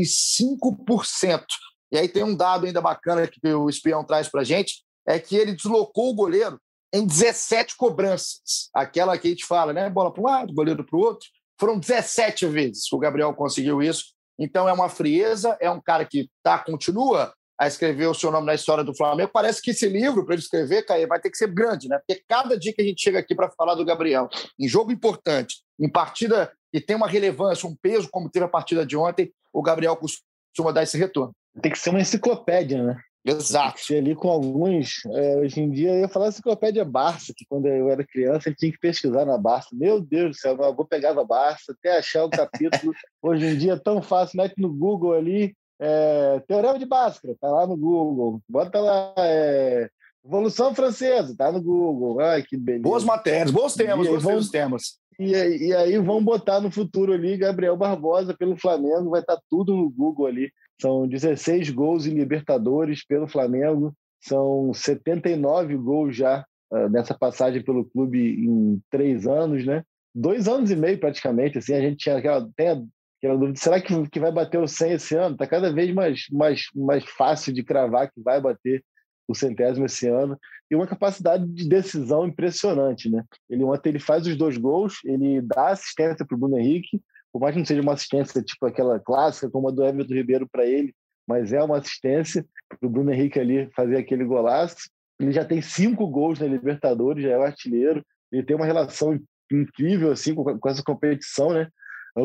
E aí tem um dado ainda bacana que o espião traz para a gente, é que ele deslocou o goleiro em 17 cobranças. Aquela que a gente fala, né? Bola para um lado, goleiro para o outro. Foram 17 vezes que o Gabriel conseguiu isso. Então é uma frieza, é um cara que continua a escrever o seu nome na história do Flamengo. Parece que esse livro, para ele escrever, Caê, vai ter que ser grande, né? Porque cada dia que a gente chega aqui para falar do Gabriel, em jogo importante, em partida que tem uma relevância, um peso, como teve a partida de ontem, o Gabriel costuma dar esse retorno. Tem que ser uma enciclopédia, né? Exato. E ali com alguns... hoje em dia, eu ia falar enciclopédia Barça, que quando eu era criança, eu tinha que pesquisar na Barça. Meu Deus do céu, meu avô pegava a Barça até achar o capítulo. Hoje em dia é tão fácil, mete no Google ali, Teorema de Bhaskara, tá lá no Google. Bota lá, Evolução Francesa, tá no Google. Ai, que beleza. Boas matérias, bons temas, bons temas. E aí vão botar no futuro ali Gabriel Barbosa pelo Flamengo, vai estar tudo no Google ali. São 16 gols em Libertadores pelo Flamengo, são 79 gols já nessa passagem pelo clube em 3 anos, né? 2 anos e meio praticamente, assim, a gente tinha aquela dúvida, será que vai bater o 100 esse ano? Está cada vez mais fácil de cravar que vai bater o 100º esse ano, e uma capacidade de decisão impressionante, né? Ontem ele faz os 2 gols, ele dá assistência para o Bruno Henrique, por mais que não seja uma assistência tipo aquela clássica, como a do Everton Ribeiro para ele, mas é uma assistência para o Bruno Henrique ali fazer aquele golaço. Ele já tem 5 gols na Libertadores, já é o artilheiro, ele tem uma relação incrível assim, com essa competição, né?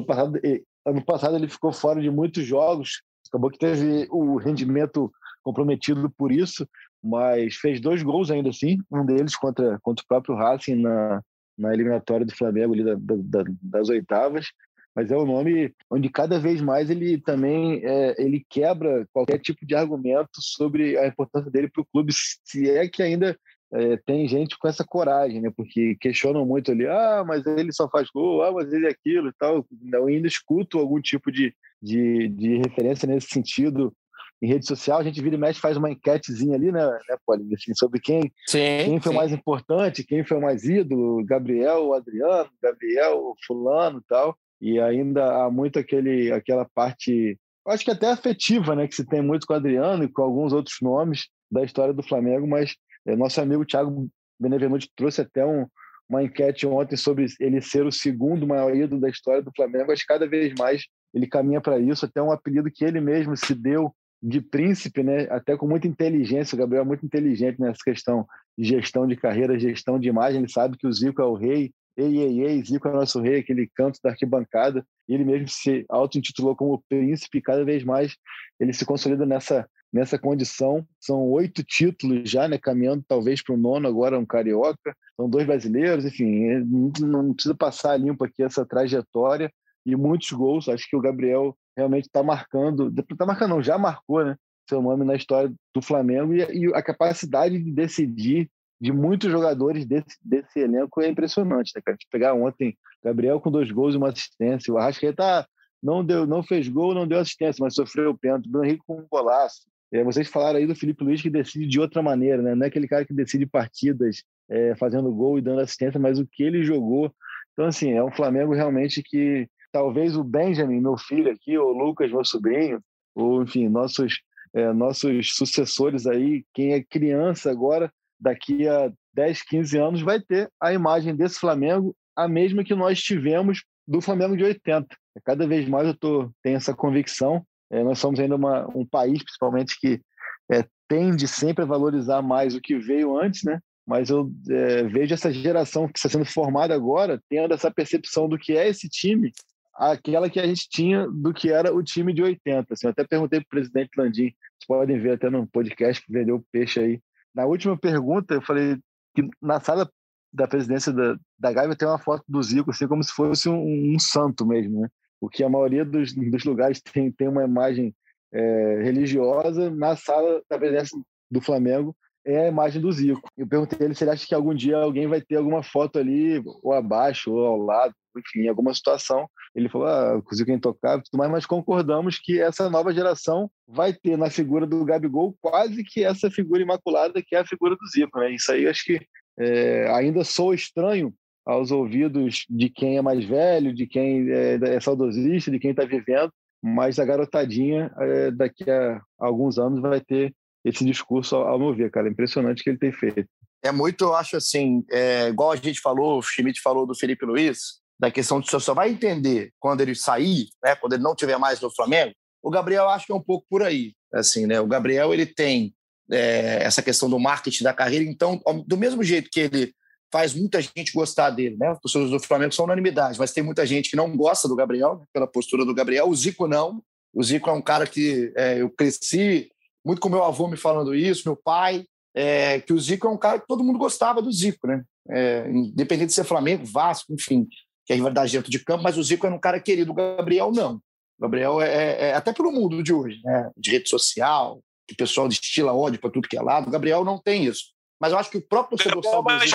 Ano passado ele ficou fora de muitos jogos, acabou que teve o rendimento comprometido por isso, mas fez 2 gols ainda assim, um deles contra o próprio Racing na eliminatória do Flamengo ali das oitavas. Mas é um nome onde cada vez mais ele também ele quebra qualquer tipo de argumento sobre a importância dele para o clube, se é que ainda tem gente com essa coragem, né? Porque questionam muito ali, mas ele só faz gol, mas ele é aquilo e tal. Eu ainda escuto algum tipo de referência nesse sentido em rede social. A gente vira e mexe, faz uma enquetezinha ali, né Paulinho? Assim, sobre quem foi mais importante, quem foi mais ídolo, Gabriel, Adriano, Gabriel, fulano e tal. E ainda há muito aquela parte, acho que até afetiva, né, que se tem muito com o Adriano e com alguns outros nomes da história do Flamengo, mas nosso amigo Thiago Benevenuti trouxe até uma enquete ontem sobre ele ser o 2º maior ídolo da história do Flamengo. Acho que cada vez mais ele caminha para isso, até um apelido que ele mesmo se deu de príncipe, né, até com muita inteligência. O Gabriel é muito inteligente nessa questão de gestão de carreira, gestão de imagem. Ele sabe que o Zico é o rei. Ei, Zico é nosso rei, aquele canto da arquibancada. Ele mesmo se auto-intitulou como príncipe, cada vez mais ele se consolida nessa condição. São 8 títulos já, né, caminhando talvez para o 9º, agora um carioca. São 2 brasileiros, enfim, não precisa passar limpo aqui essa trajetória. e muitos gols. Acho que o Gabriel realmente está marcando, não, já marcou, né, seu nome na história do Flamengo, e a capacidade de decidir de muitos jogadores desse elenco é impressionante, né, cara? A gente pegar ontem, Gabriel com 2 gols e uma assistência, o Arrascaeta não fez gol, não deu assistência, mas sofreu o pênalti, o Bruno Henrique com um golaço. Vocês falaram aí do Felipe Luiz, que decide de outra maneira, né? Não é aquele cara que decide partidas fazendo gol e dando assistência, mas o que ele jogou. Então, assim, é um Flamengo realmente que talvez o Benjamin, meu filho aqui, ou o Lucas, meu sobrinho, ou, enfim, nossos sucessores aí, quem é criança agora, daqui a 10, 15 anos, vai ter a imagem desse Flamengo, a mesma que nós tivemos do Flamengo de 80. Cada vez mais eu tenho essa convicção. Nós somos ainda um país, principalmente, que tende sempre a valorizar mais o que veio antes, né? Mas eu vejo essa geração que está sendo formada agora tendo essa percepção do que é esse time, aquela que a gente tinha do que era o time de 80. Assim, eu até perguntei para o presidente Landim, vocês podem ver até no podcast que vendeu o peixe aí. Na última pergunta, eu falei que na sala da presidência da Gávea tem uma foto do Zico, assim, como se fosse um santo mesmo, né? Porque a maioria dos lugares tem uma imagem religiosa. Na sala da presidência do Flamengo é a imagem do Zico. Eu perguntei a ele se ele acha que algum dia alguém vai ter alguma foto ali, ou abaixo, ou ao lado, enfim, em alguma situação. Ele falou, o Zico é intocável, tudo mais, mas concordamos que essa nova geração vai ter na figura do Gabigol quase que essa figura imaculada que é a figura do Zico, né? Isso aí acho que ainda soa estranho aos ouvidos de quem é mais velho, de quem é saudosista, de quem está vivendo, mas a garotadinha daqui a alguns anos vai ter esse discurso, ao meu ver, cara. É impressionante o que ele tem feito. É muito, eu acho assim, igual a gente falou, o Schmidt falou do Felipe Luiz, da questão de você só vai entender quando ele sair, né, quando ele não estiver mais no Flamengo. O Gabriel, eu acho que é um pouco por aí. Assim, né? O Gabriel, ele tem essa questão do marketing da carreira, então, do mesmo jeito que ele faz muita gente gostar dele, né? Os torcedores do Flamengo são unanimidade, mas tem muita gente que não gosta do Gabriel, né? Pela postura do Gabriel. O Zico não. O Zico é um cara que eu cresci muito com meu avô me falando isso, meu pai, que o Zico é um cara que todo mundo gostava do Zico, né? Independente de ser Flamengo, Vasco, enfim, que é rivalidade dentro de campo, mas o Zico era um cara querido. O Gabriel não. O Gabriel até pelo mundo de hoje, né? De rede social, que o pessoal destila ódio para tudo que é lado. O Gabriel não tem isso. Mas eu acho que o próprio torcedor saudosista...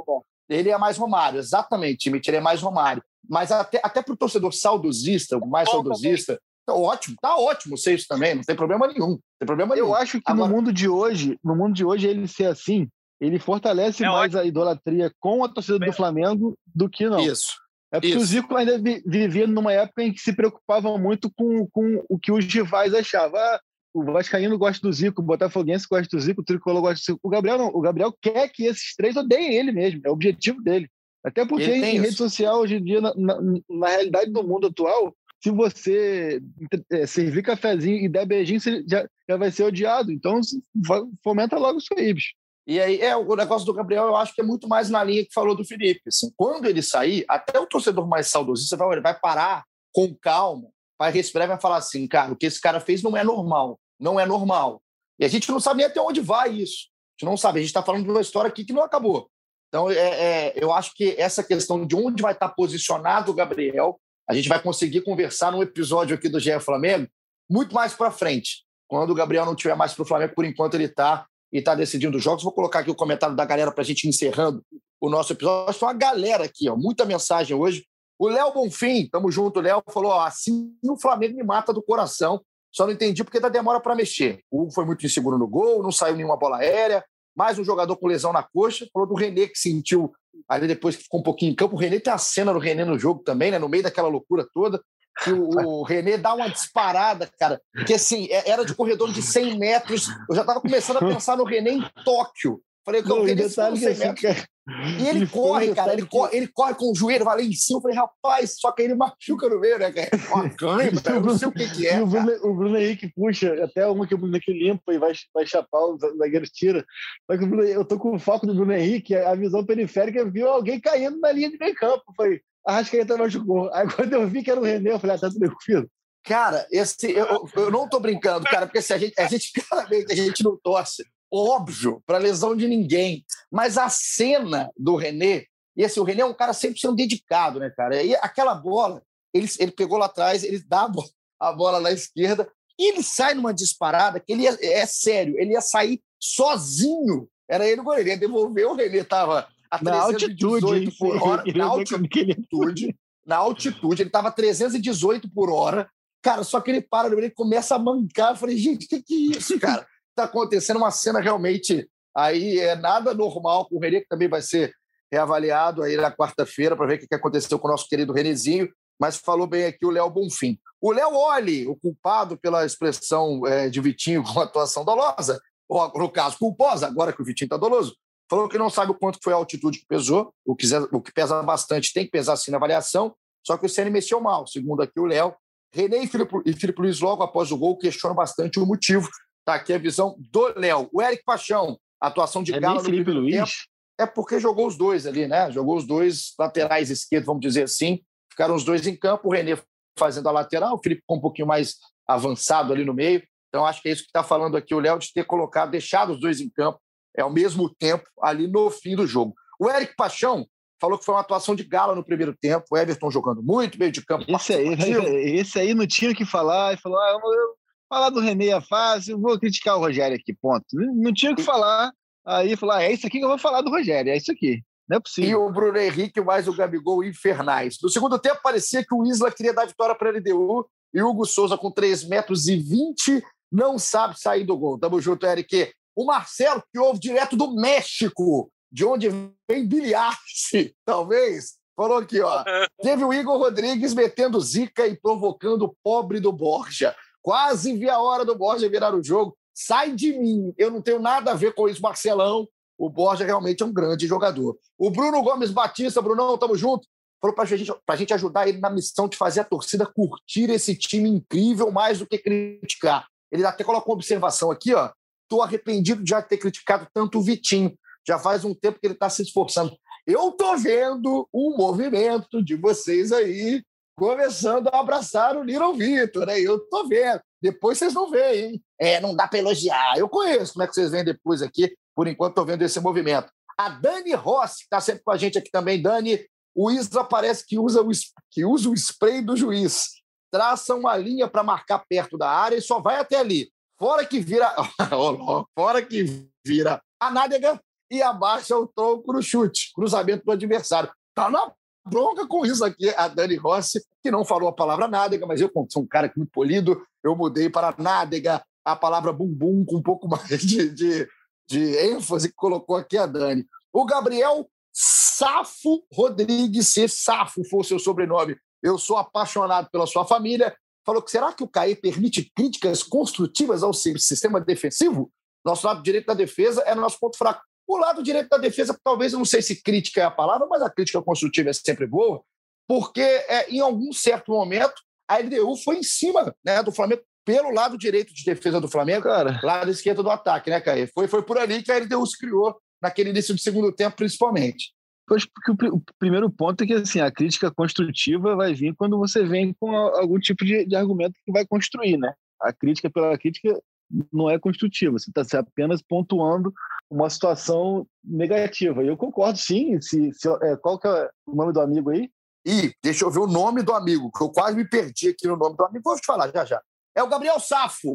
Ele é mais Romário, exatamente, Schmidt, ele é mais Romário. Mas até para o torcedor saudosista, o mais saudosista, tá ótimo ser isso também, não tem problema nenhum. Eu acho que no mundo de hoje, ele ser assim, ele fortalece mais a idolatria com a torcida do Flamengo do que não. Isso. É porque o Zico ainda vivia numa época em que se preocupava muito com o que os rivais achavam. O vascaíno gosta do Zico, o botafoguense gosta do Zico, o tricolor gosta do Zico. O Gabriel não. O Gabriel quer que esses 3 odeiem ele mesmo. É o objetivo dele. Até porque em rede social, hoje em dia, na realidade do mundo atual, se você servir cafezinho e der beijinho, você já vai ser odiado. Então, fomenta logo isso aí, bicho. E aí, o negócio do Gabriel, eu acho que é muito mais na linha que falou do Felipe. Assim, quando ele sair, até o torcedor mais saudosista vai parar com calma, vai respirar e vai falar assim, cara, o que esse cara fez não é normal. Não é normal. E a gente não sabe nem até onde vai isso. A gente não sabe. A gente está falando de uma história aqui que não acabou. Então, eu acho que essa questão de onde vai estar posicionado o Gabriel, a gente vai conseguir conversar num episódio aqui do GE Flamengo muito mais para frente. Quando o Gabriel não estiver mais para o Flamengo, por enquanto ele está decidindo os jogos. Vou colocar aqui o comentário da galera para a gente ir encerrando o nosso episódio. Tem uma galera aqui, muita mensagem hoje. O Léo Bonfim, tamo junto, o Léo falou, assim o Flamengo me mata do coração, só não entendi porque dá demora para mexer. O Hugo foi muito inseguro no gol, não saiu nenhuma bola aérea, mais um jogador com lesão na coxa, falou do René que sentiu, ali depois que ficou um pouquinho em campo, o René tem a cena do René no jogo também, né, no meio daquela loucura toda, que o René dá uma disparada, cara, que assim, era de corredor de 100 metros, eu já estava começando a pensar no René em Tóquio. Falei, o René detalhe 100 metros. E ele corre, cara, ele corre com o joelho, vai lá em cima. Eu falei, rapaz, só que ele machuca no meio, né, cara? Uma câimbra, eu não sei o que é. E o Bruno Henrique puxa, até uma que o Bruno Henrique limpa e vai chapar, os zagueiros tira. Só que eu tô com o foco do Bruno Henrique, a visão periférica viu alguém caindo na linha de meio campo. Eu falei, Arrascaeta machucou. Aí quando eu vi que era o René, eu falei, tá tranquilo. Cara, eu não tô brincando, cara, porque se a gente claramente a gente não torce, óbvio, para lesão de ninguém. Mas a cena do René, e assim, o René é um cara 100% dedicado, né, cara? E aquela bola, ele pegou lá atrás, ele dá a bola na esquerda, e ele sai numa disparada que é sério, ele ia sair sozinho. Era ele o goleiro, ele ia devolver, o René estava a 318 por hora. Na altitude, ele estava a 318 por hora. Cara, só que ele para, ele começa a mancar. Eu falei, gente, o que é isso, cara? Está acontecendo uma cena realmente... Aí é nada normal com o René, que também vai ser reavaliado aí na quarta-feira para ver o que aconteceu com o nosso querido Renezinho, mas falou bem aqui o Léo Bonfim. O Léo Olli, o culpado pela expressão de Vitinho com a atuação dolosa, ou no caso culposa, agora que o Vitinho está doloso, falou que não sabe o quanto foi a altitude que pesou, o que pesa bastante tem que pesar sim na avaliação, só que o Ceni mexeu mal, segundo aqui o Léo. René e Filipe Luiz, logo após o gol, questionam bastante o motivo. Está aqui a visão do Léo. O Eric Paixão, atuação de Galo no primeiro tempo. É porque jogou os dois ali, né? Jogou os dois laterais esquerdos, vamos dizer assim. Ficaram os dois em campo, o René fazendo a lateral, o Felipe ficou um pouquinho mais avançado ali no meio. Então, acho que é isso que está falando aqui o Léo, de ter deixado os dois em campo ao mesmo tempo ali no fim do jogo. O Eric Paixão falou que foi uma atuação de Galo no primeiro tempo, o Everton jogando muito, meio de campo. Esse aí não tinha o que falar, e falou, falar do René é fácil, vou criticar o Rogério aqui, ponto. Não tinha o que falar. Aí falou, é isso aqui que eu vou falar do Rogério, é isso aqui. Não é possível. E o Bruno Henrique mais o Gabigol infernais. No segundo tempo, parecia que o Isla queria dar vitória para a LDU e o Hugo Souza, com 3,20 metros, não sabe sair do gol. Tamo junto, Eric. O Marcelo, que ouve direto do México, de onde vem Biliarce, talvez, falou aqui, ó. Teve o Igor Rodrigues metendo zica e provocando o pobre do Borja. Quase vi a hora do Borja virar o jogo. Sai de mim, eu não tenho nada a ver com isso, Marcelão. O Borja realmente é um grande jogador. O Bruno Gomes Batista, Brunão, tamo junto, falou pra gente ajudar ele na missão de fazer a torcida curtir esse time incrível mais do que criticar. Ele até colocou uma observação aqui, ó. Tô arrependido de já ter criticado tanto o Vitinho. Já faz um tempo que ele está se esforçando. Eu tô vendo um movimento de vocês aí começando a abraçar o Little Vitor, né? Eu tô vendo. Depois vocês vão ver, hein? Não dá para elogiar. Eu conheço como é que vocês veem depois aqui. Por enquanto, estou vendo esse movimento. A Dani Rossi, que está sempre com a gente aqui também. Dani, o Isla parece que usa o spray do juiz. Traça uma linha para marcar perto da área e só vai até ali. Fora que vira a nádega e abaixa o tronco no chute. Cruzamento do adversário. Tá na bronca com isso aqui, a Dani Rossi, que não falou a palavra nádega, mas eu, como sou um cara muito polido, eu mudei para nádega, a palavra bumbum com um pouco mais de ênfase que colocou aqui a Dani. O Gabriel Safo Rodrigues, se Safo for o seu sobrenome, eu sou apaixonado pela sua família, falou que será que o CAE permite críticas construtivas ao sistema defensivo? Nosso lado direito da defesa é nosso ponto fraco. O lado direito da defesa, talvez, eu não sei se crítica é a palavra, mas a crítica construtiva é sempre boa, porque em algum certo momento a LDU foi em cima, né, do Flamengo, pelo lado direito de defesa do Flamengo, cara, lado esquerdo do ataque, né, Caê? Foi por ali que a LDU se criou, naquele início de segundo tempo, principalmente. Porque o primeiro ponto é que assim, a crítica construtiva vai vir quando você vem com algum tipo de argumento que vai construir, né? A crítica pela crítica não é construtiva, você está apenas pontuando uma situação negativa. E eu concordo, sim. Qual que é o nome do amigo aí? Deixa eu ver o nome do amigo, que eu quase me perdi aqui no nome do amigo. Vou te falar já. É o Gabriel Safo.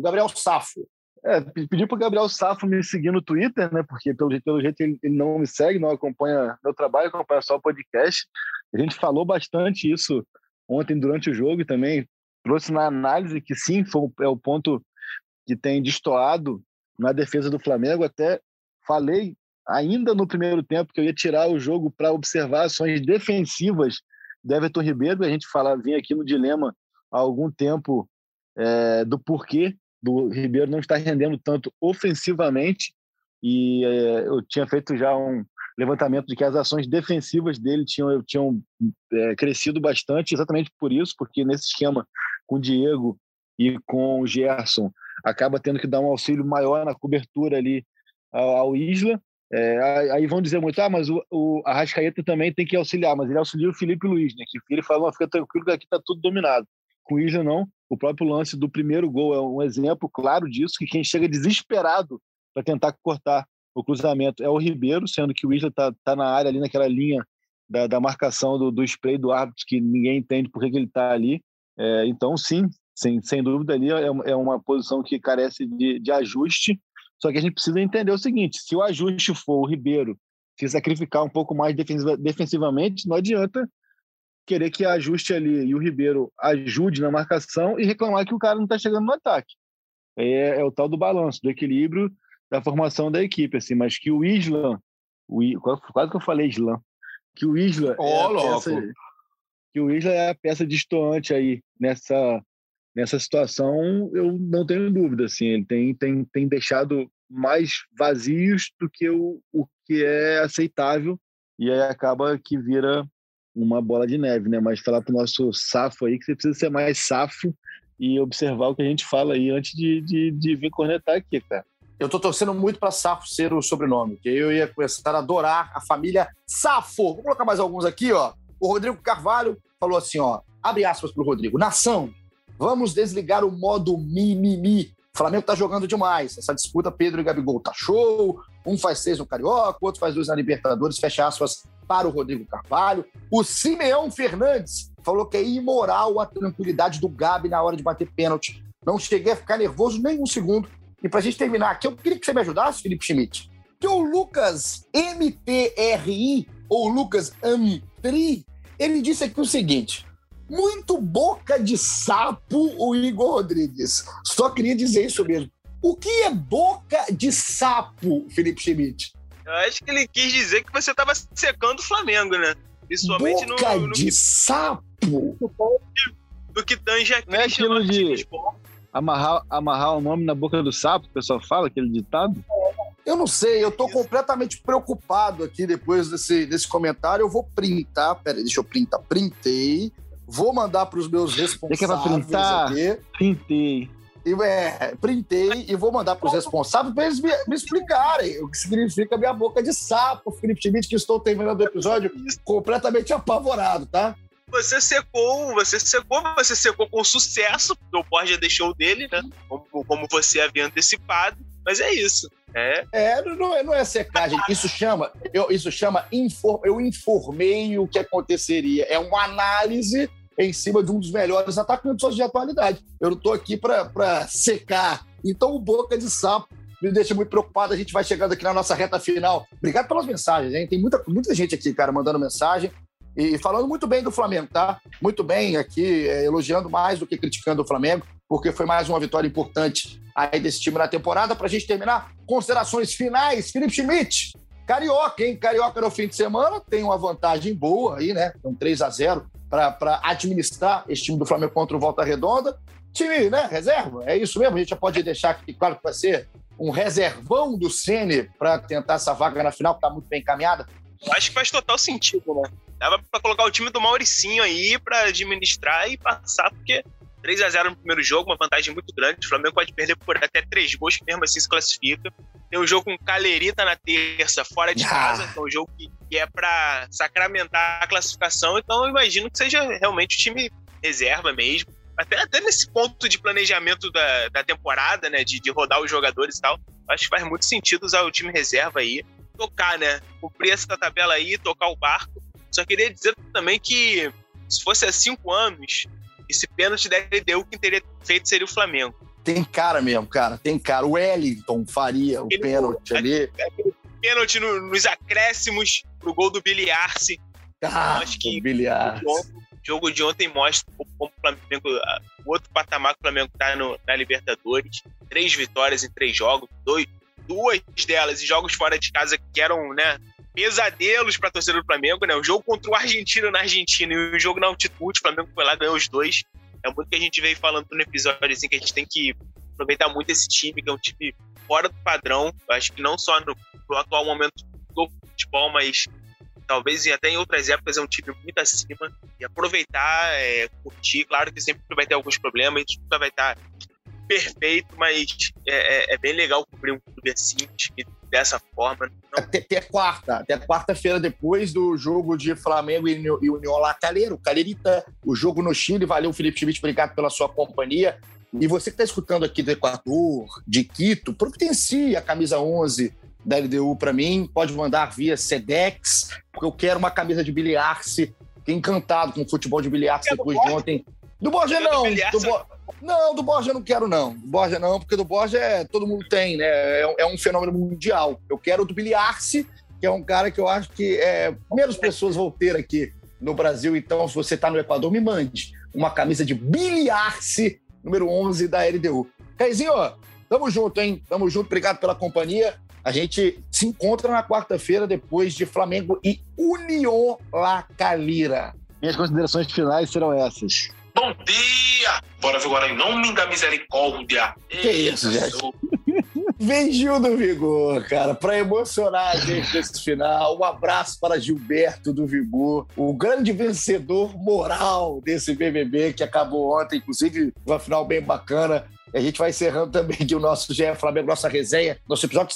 Pedi para o Gabriel Safo me seguir no Twitter, né? Porque pelo jeito ele não me segue, não acompanha meu trabalho, acompanha só o podcast. A gente falou bastante isso ontem durante o jogo e também trouxe na análise que sim, é o ponto que tem destoado na defesa do Flamengo. Até falei ainda no primeiro tempo que eu ia tirar o jogo para observar ações defensivas do Everton Ribeiro. A gente vinha aqui no dilema há algum tempo do porquê do Ribeiro não estar rendendo tanto ofensivamente, e eu tinha feito já um levantamento de que as ações defensivas dele tinham crescido bastante, exatamente por isso, porque nesse esquema com o Diego e com o Gerson acaba tendo que dar um auxílio maior na cobertura ali ao Isla. Aí vão dizer muito, mas o Arrascaeta também tem que auxiliar, mas ele auxilia o Filipe Luiz, né? Que ele falou, fica tranquilo que aqui está tudo dominado. Com o Isla não. O próprio lance do primeiro gol é um exemplo claro disso, que quem chega desesperado para tentar cortar o cruzamento é o Ribeiro, sendo que o Isla está na área ali naquela linha da marcação do spray do árbitro, que ninguém entende por que ele está ali. Então, sim, sem dúvida, ali é uma posição que carece de ajuste. Só que a gente precisa entender o seguinte: se o ajuste for o Ribeiro se sacrificar um pouco mais defensivamente, não adianta querer que ajuste ali e o Ribeiro ajude na marcação e reclamar que o cara não está chegando no ataque. É o tal do balanço, do equilíbrio da formação da equipe, assim. Mas que o Isla, quase que eu falei Isla, que o Isla que o Isla é a peça destoante aí nessa situação, eu não tenho dúvida, assim. Ele tem deixado mais vazios do que o que é aceitável, e aí acaba que vira uma bola de neve, né? Mas falar pro nosso safo aí que você precisa ser mais safo e observar o que a gente fala aí antes de vir cornetar aqui, cara. Eu tô torcendo muito para Safo ser o sobrenome, que eu ia começar a adorar a família Safo. Vou colocar mais alguns aqui, ó. O Rodrigo Carvalho falou assim, ó, abre aspas pro Rodrigo: nação, vamos desligar o modo mimimi. O Flamengo tá jogando demais. Essa disputa Pedro e Gabigol tá show. Um faz 6 no Carioca, o outro faz 2 na Libertadores. Fecha aspas para o Rodrigo Carvalho. O Simeão Fernandes falou que é imoral a tranquilidade do Gabi na hora de bater pênalti. Não cheguei a ficar nervoso nem um segundo. E pra gente terminar aqui, eu queria que você me ajudasse, Felipe Schmidt, que o Lucas MTRI, ou Lucas Amitri, ele disse aqui o seguinte: muito boca de sapo o Igor Rodrigues. Só queria dizer isso mesmo. O que é boca de sapo, Felipe Schmidt? Eu acho que ele quis dizer que você estava secando o Flamengo, né? Principalmente boca de sapo? Do que tange aqui. Não é aquilo de amarrar o nome na boca do sapo, o pessoal fala, aquele ditado? Eu não sei, eu tô completamente preocupado aqui depois desse comentário. Eu vou printar, peraí, deixa eu printar. Printei, vou mandar para os meus responsáveis. Você quer pra printar? Aqui. Printei. Printei e vou mandar para os responsáveis para eles me explicarem o que significa minha boca de sapo, Felipe Schmidt, que estou terminando o episódio completamente apavorado, tá? Você secou com sucesso, porque o Borja deixou dele, né? Como você havia antecipado, mas é isso. Não é secagem, isso chama eu informei o que aconteceria, é uma análise em cima de um dos melhores atacantes de atualidade. Eu não estou aqui para secar. Então o boca de sapo me deixa muito preocupado. A gente vai chegando aqui na nossa reta final. Obrigado pelas mensagens, hein? Tem muita gente aqui, cara, mandando mensagem e falando muito bem do Flamengo, tá? Muito bem aqui, elogiando mais do que criticando o Flamengo, porque foi mais uma vitória importante aí desse time na temporada. Pra gente terminar, considerações finais, Felipe Schmidt. Carioca, hein? Carioca no fim de semana tem uma vantagem boa aí, né? Um 3-0 para administrar esse time do Flamengo contra o Volta Redonda. Time, né? Reserva, é isso mesmo. A gente já pode deixar aqui, claro que vai ser um reservão do Ceni para tentar essa vaga na final, que tá muito bem encaminhada. Eu acho que faz total sentido, né? Dava para colocar o time do Mauricinho aí para administrar e passar, porque 3-0 no primeiro jogo, uma vantagem muito grande. O Flamengo pode perder por até 3 gols, que mesmo assim se classifica. Tem um jogo com Calerita na terça, fora de casa, que é um jogo que é para sacramentar a classificação. Então eu imagino que seja realmente o time reserva mesmo. Até nesse ponto de planejamento da temporada, né, de rodar os jogadores e tal, acho que faz muito sentido usar o time reserva aí, tocar, né, cumprir essa tabela aí, tocar o barco. Só queria dizer também que se fosse há 5 anos, esse pênalti da LDU, quem teria feito seria o Flamengo. Tem cara mesmo, cara. Tem cara. O Wellington faria o pênalti ali. Aquele pênalti nos acréscimos pro gol do Billy Arce. Acho que o jogo de ontem mostra como o Flamengo, o outro patamar que o Flamengo tá na Libertadores. 3 vitórias em 3 jogos. 2 delas em jogos fora de casa que eram, né, pesadelos para a torcida do Flamengo, né? O jogo contra o Argentino na Argentina e o jogo na altitude, o Flamengo foi lá e ganhou os 2. É muito que a gente veio falando no episódio, assim, que a gente tem que aproveitar muito esse time, que é um time fora do padrão. Eu acho que não só no atual momento do futebol, mas talvez até em outras épocas é um time muito acima. E aproveitar, curtir. Claro que sempre vai ter alguns problemas, a gente nunca vai estar perfeito, mas é bem legal cobrir um clube assim, um time dessa forma. Até quarta-feira, depois do jogo de Flamengo e União La Calera, o Calerita, o jogo no Chile. Valeu, Felipe Schmidt, obrigado pela sua companhia. E você que está escutando aqui do Equador, de Quito, providencie a camisa 11 da LDU para mim, pode mandar via Sedex, porque eu quero uma camisa de Billy Arce. Fiquei encantado com o futebol de Billy Arce depois de ontem. Do Borja não. Não, do Borja eu não quero não. Do Borja não, porque do Borja todo mundo tem, né? É um fenômeno mundial. Eu quero do Billy Arce, que é um cara que eu acho que menos pessoas vão ter aqui no Brasil. Então, se você está no Equador, me mande uma camisa de Billy Arce, número 11 da LDU. Caizinho, tamo junto, hein? Tamo junto, obrigado pela companhia. A gente se encontra na quarta-feira depois de Flamengo e União La Calera. Minhas considerações finais serão essas. Bom dia! Bora ver agora em nome da misericórdia. Que isso, gente? Vem Gil do Vigor, cara, para emocionar a gente nesse final. Um abraço para Gilberto do Vigor, o grande vencedor moral desse BBB que acabou ontem, inclusive uma final bem bacana. A gente vai encerrando também aqui o nosso GE Flamengo, nossa resenha, nosso episódio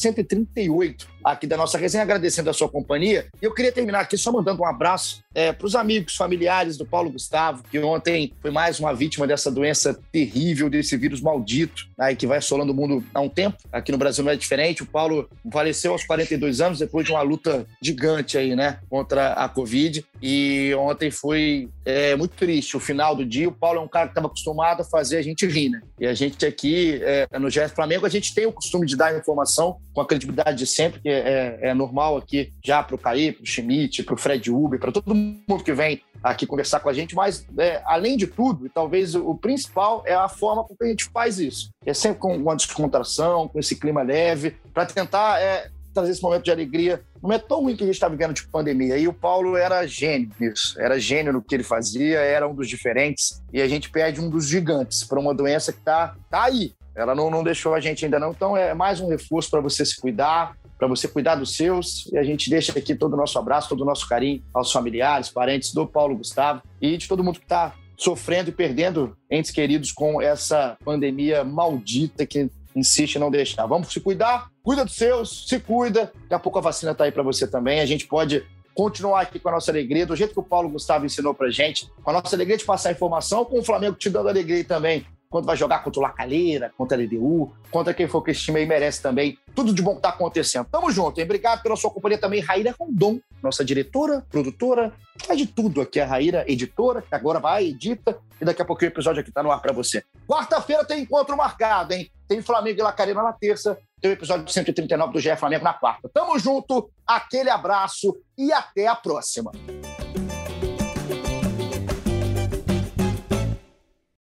138 aqui da nossa resenha, agradecendo a sua companhia. E eu queria terminar aqui só mandando um abraço para os amigos, familiares do Paulo Gustavo, que ontem foi mais uma vítima dessa doença terrível, desse vírus maldito, né, que vai assolando o mundo há um tempo. Aqui no Brasil não é diferente. O Paulo faleceu aos 42 anos, depois de uma luta gigante aí, né, contra a Covid. E ontem foi muito triste o final do dia. O Paulo é um cara que estava acostumado a fazer a gente rir, né? E a gente aqui, no GE Flamengo, a gente tem o costume de dar informação com a credibilidade de sempre, que é normal aqui já para o Caí, para o Schmidt, para o Fred Uber, para todo mundo que vem aqui conversar com a gente, mas além de tudo, e talvez o principal é a forma com que a gente faz isso. É sempre com uma descontração, com esse clima leve, para tentar trazer esse momento de alegria. Não é tão ruim que a gente está vivendo de pandemia. E o Paulo era gênio nisso, era gênio no que ele fazia, era um dos diferentes. E a gente perde um dos gigantes para uma doença que tá aí. Ela não deixou a gente ainda não. Então é mais um reforço para você se cuidar, para você cuidar dos seus. E a gente deixa aqui todo o nosso abraço, todo o nosso carinho aos familiares, parentes do Paulo Gustavo e de todo mundo que está sofrendo e perdendo entes queridos com essa pandemia maldita que insiste em não deixar. Vamos se cuidar, cuida dos seus, se cuida. Daqui a pouco a vacina está aí para você também. A gente pode continuar aqui com a nossa alegria, do jeito que o Paulo Gustavo ensinou pra gente, com a nossa alegria de passar informação, com o Flamengo te dando alegria também, quando vai jogar contra o La Calera, contra a LDU, contra quem for que esse time aí merece também. Tudo de bom que tá acontecendo. Tamo junto, hein? Obrigado pela sua companhia também, Raíra Rondon, nossa diretora, produtora, faz de tudo aqui, a Raíra, editora, que agora vai, edita, e daqui a pouquinho o episódio aqui tá no ar pra você. Quarta-feira tem encontro marcado, hein? Tem Flamengo e La Calera na terça, tem o episódio 139 do GE Flamengo na quarta. Tamo junto, aquele abraço e até a próxima.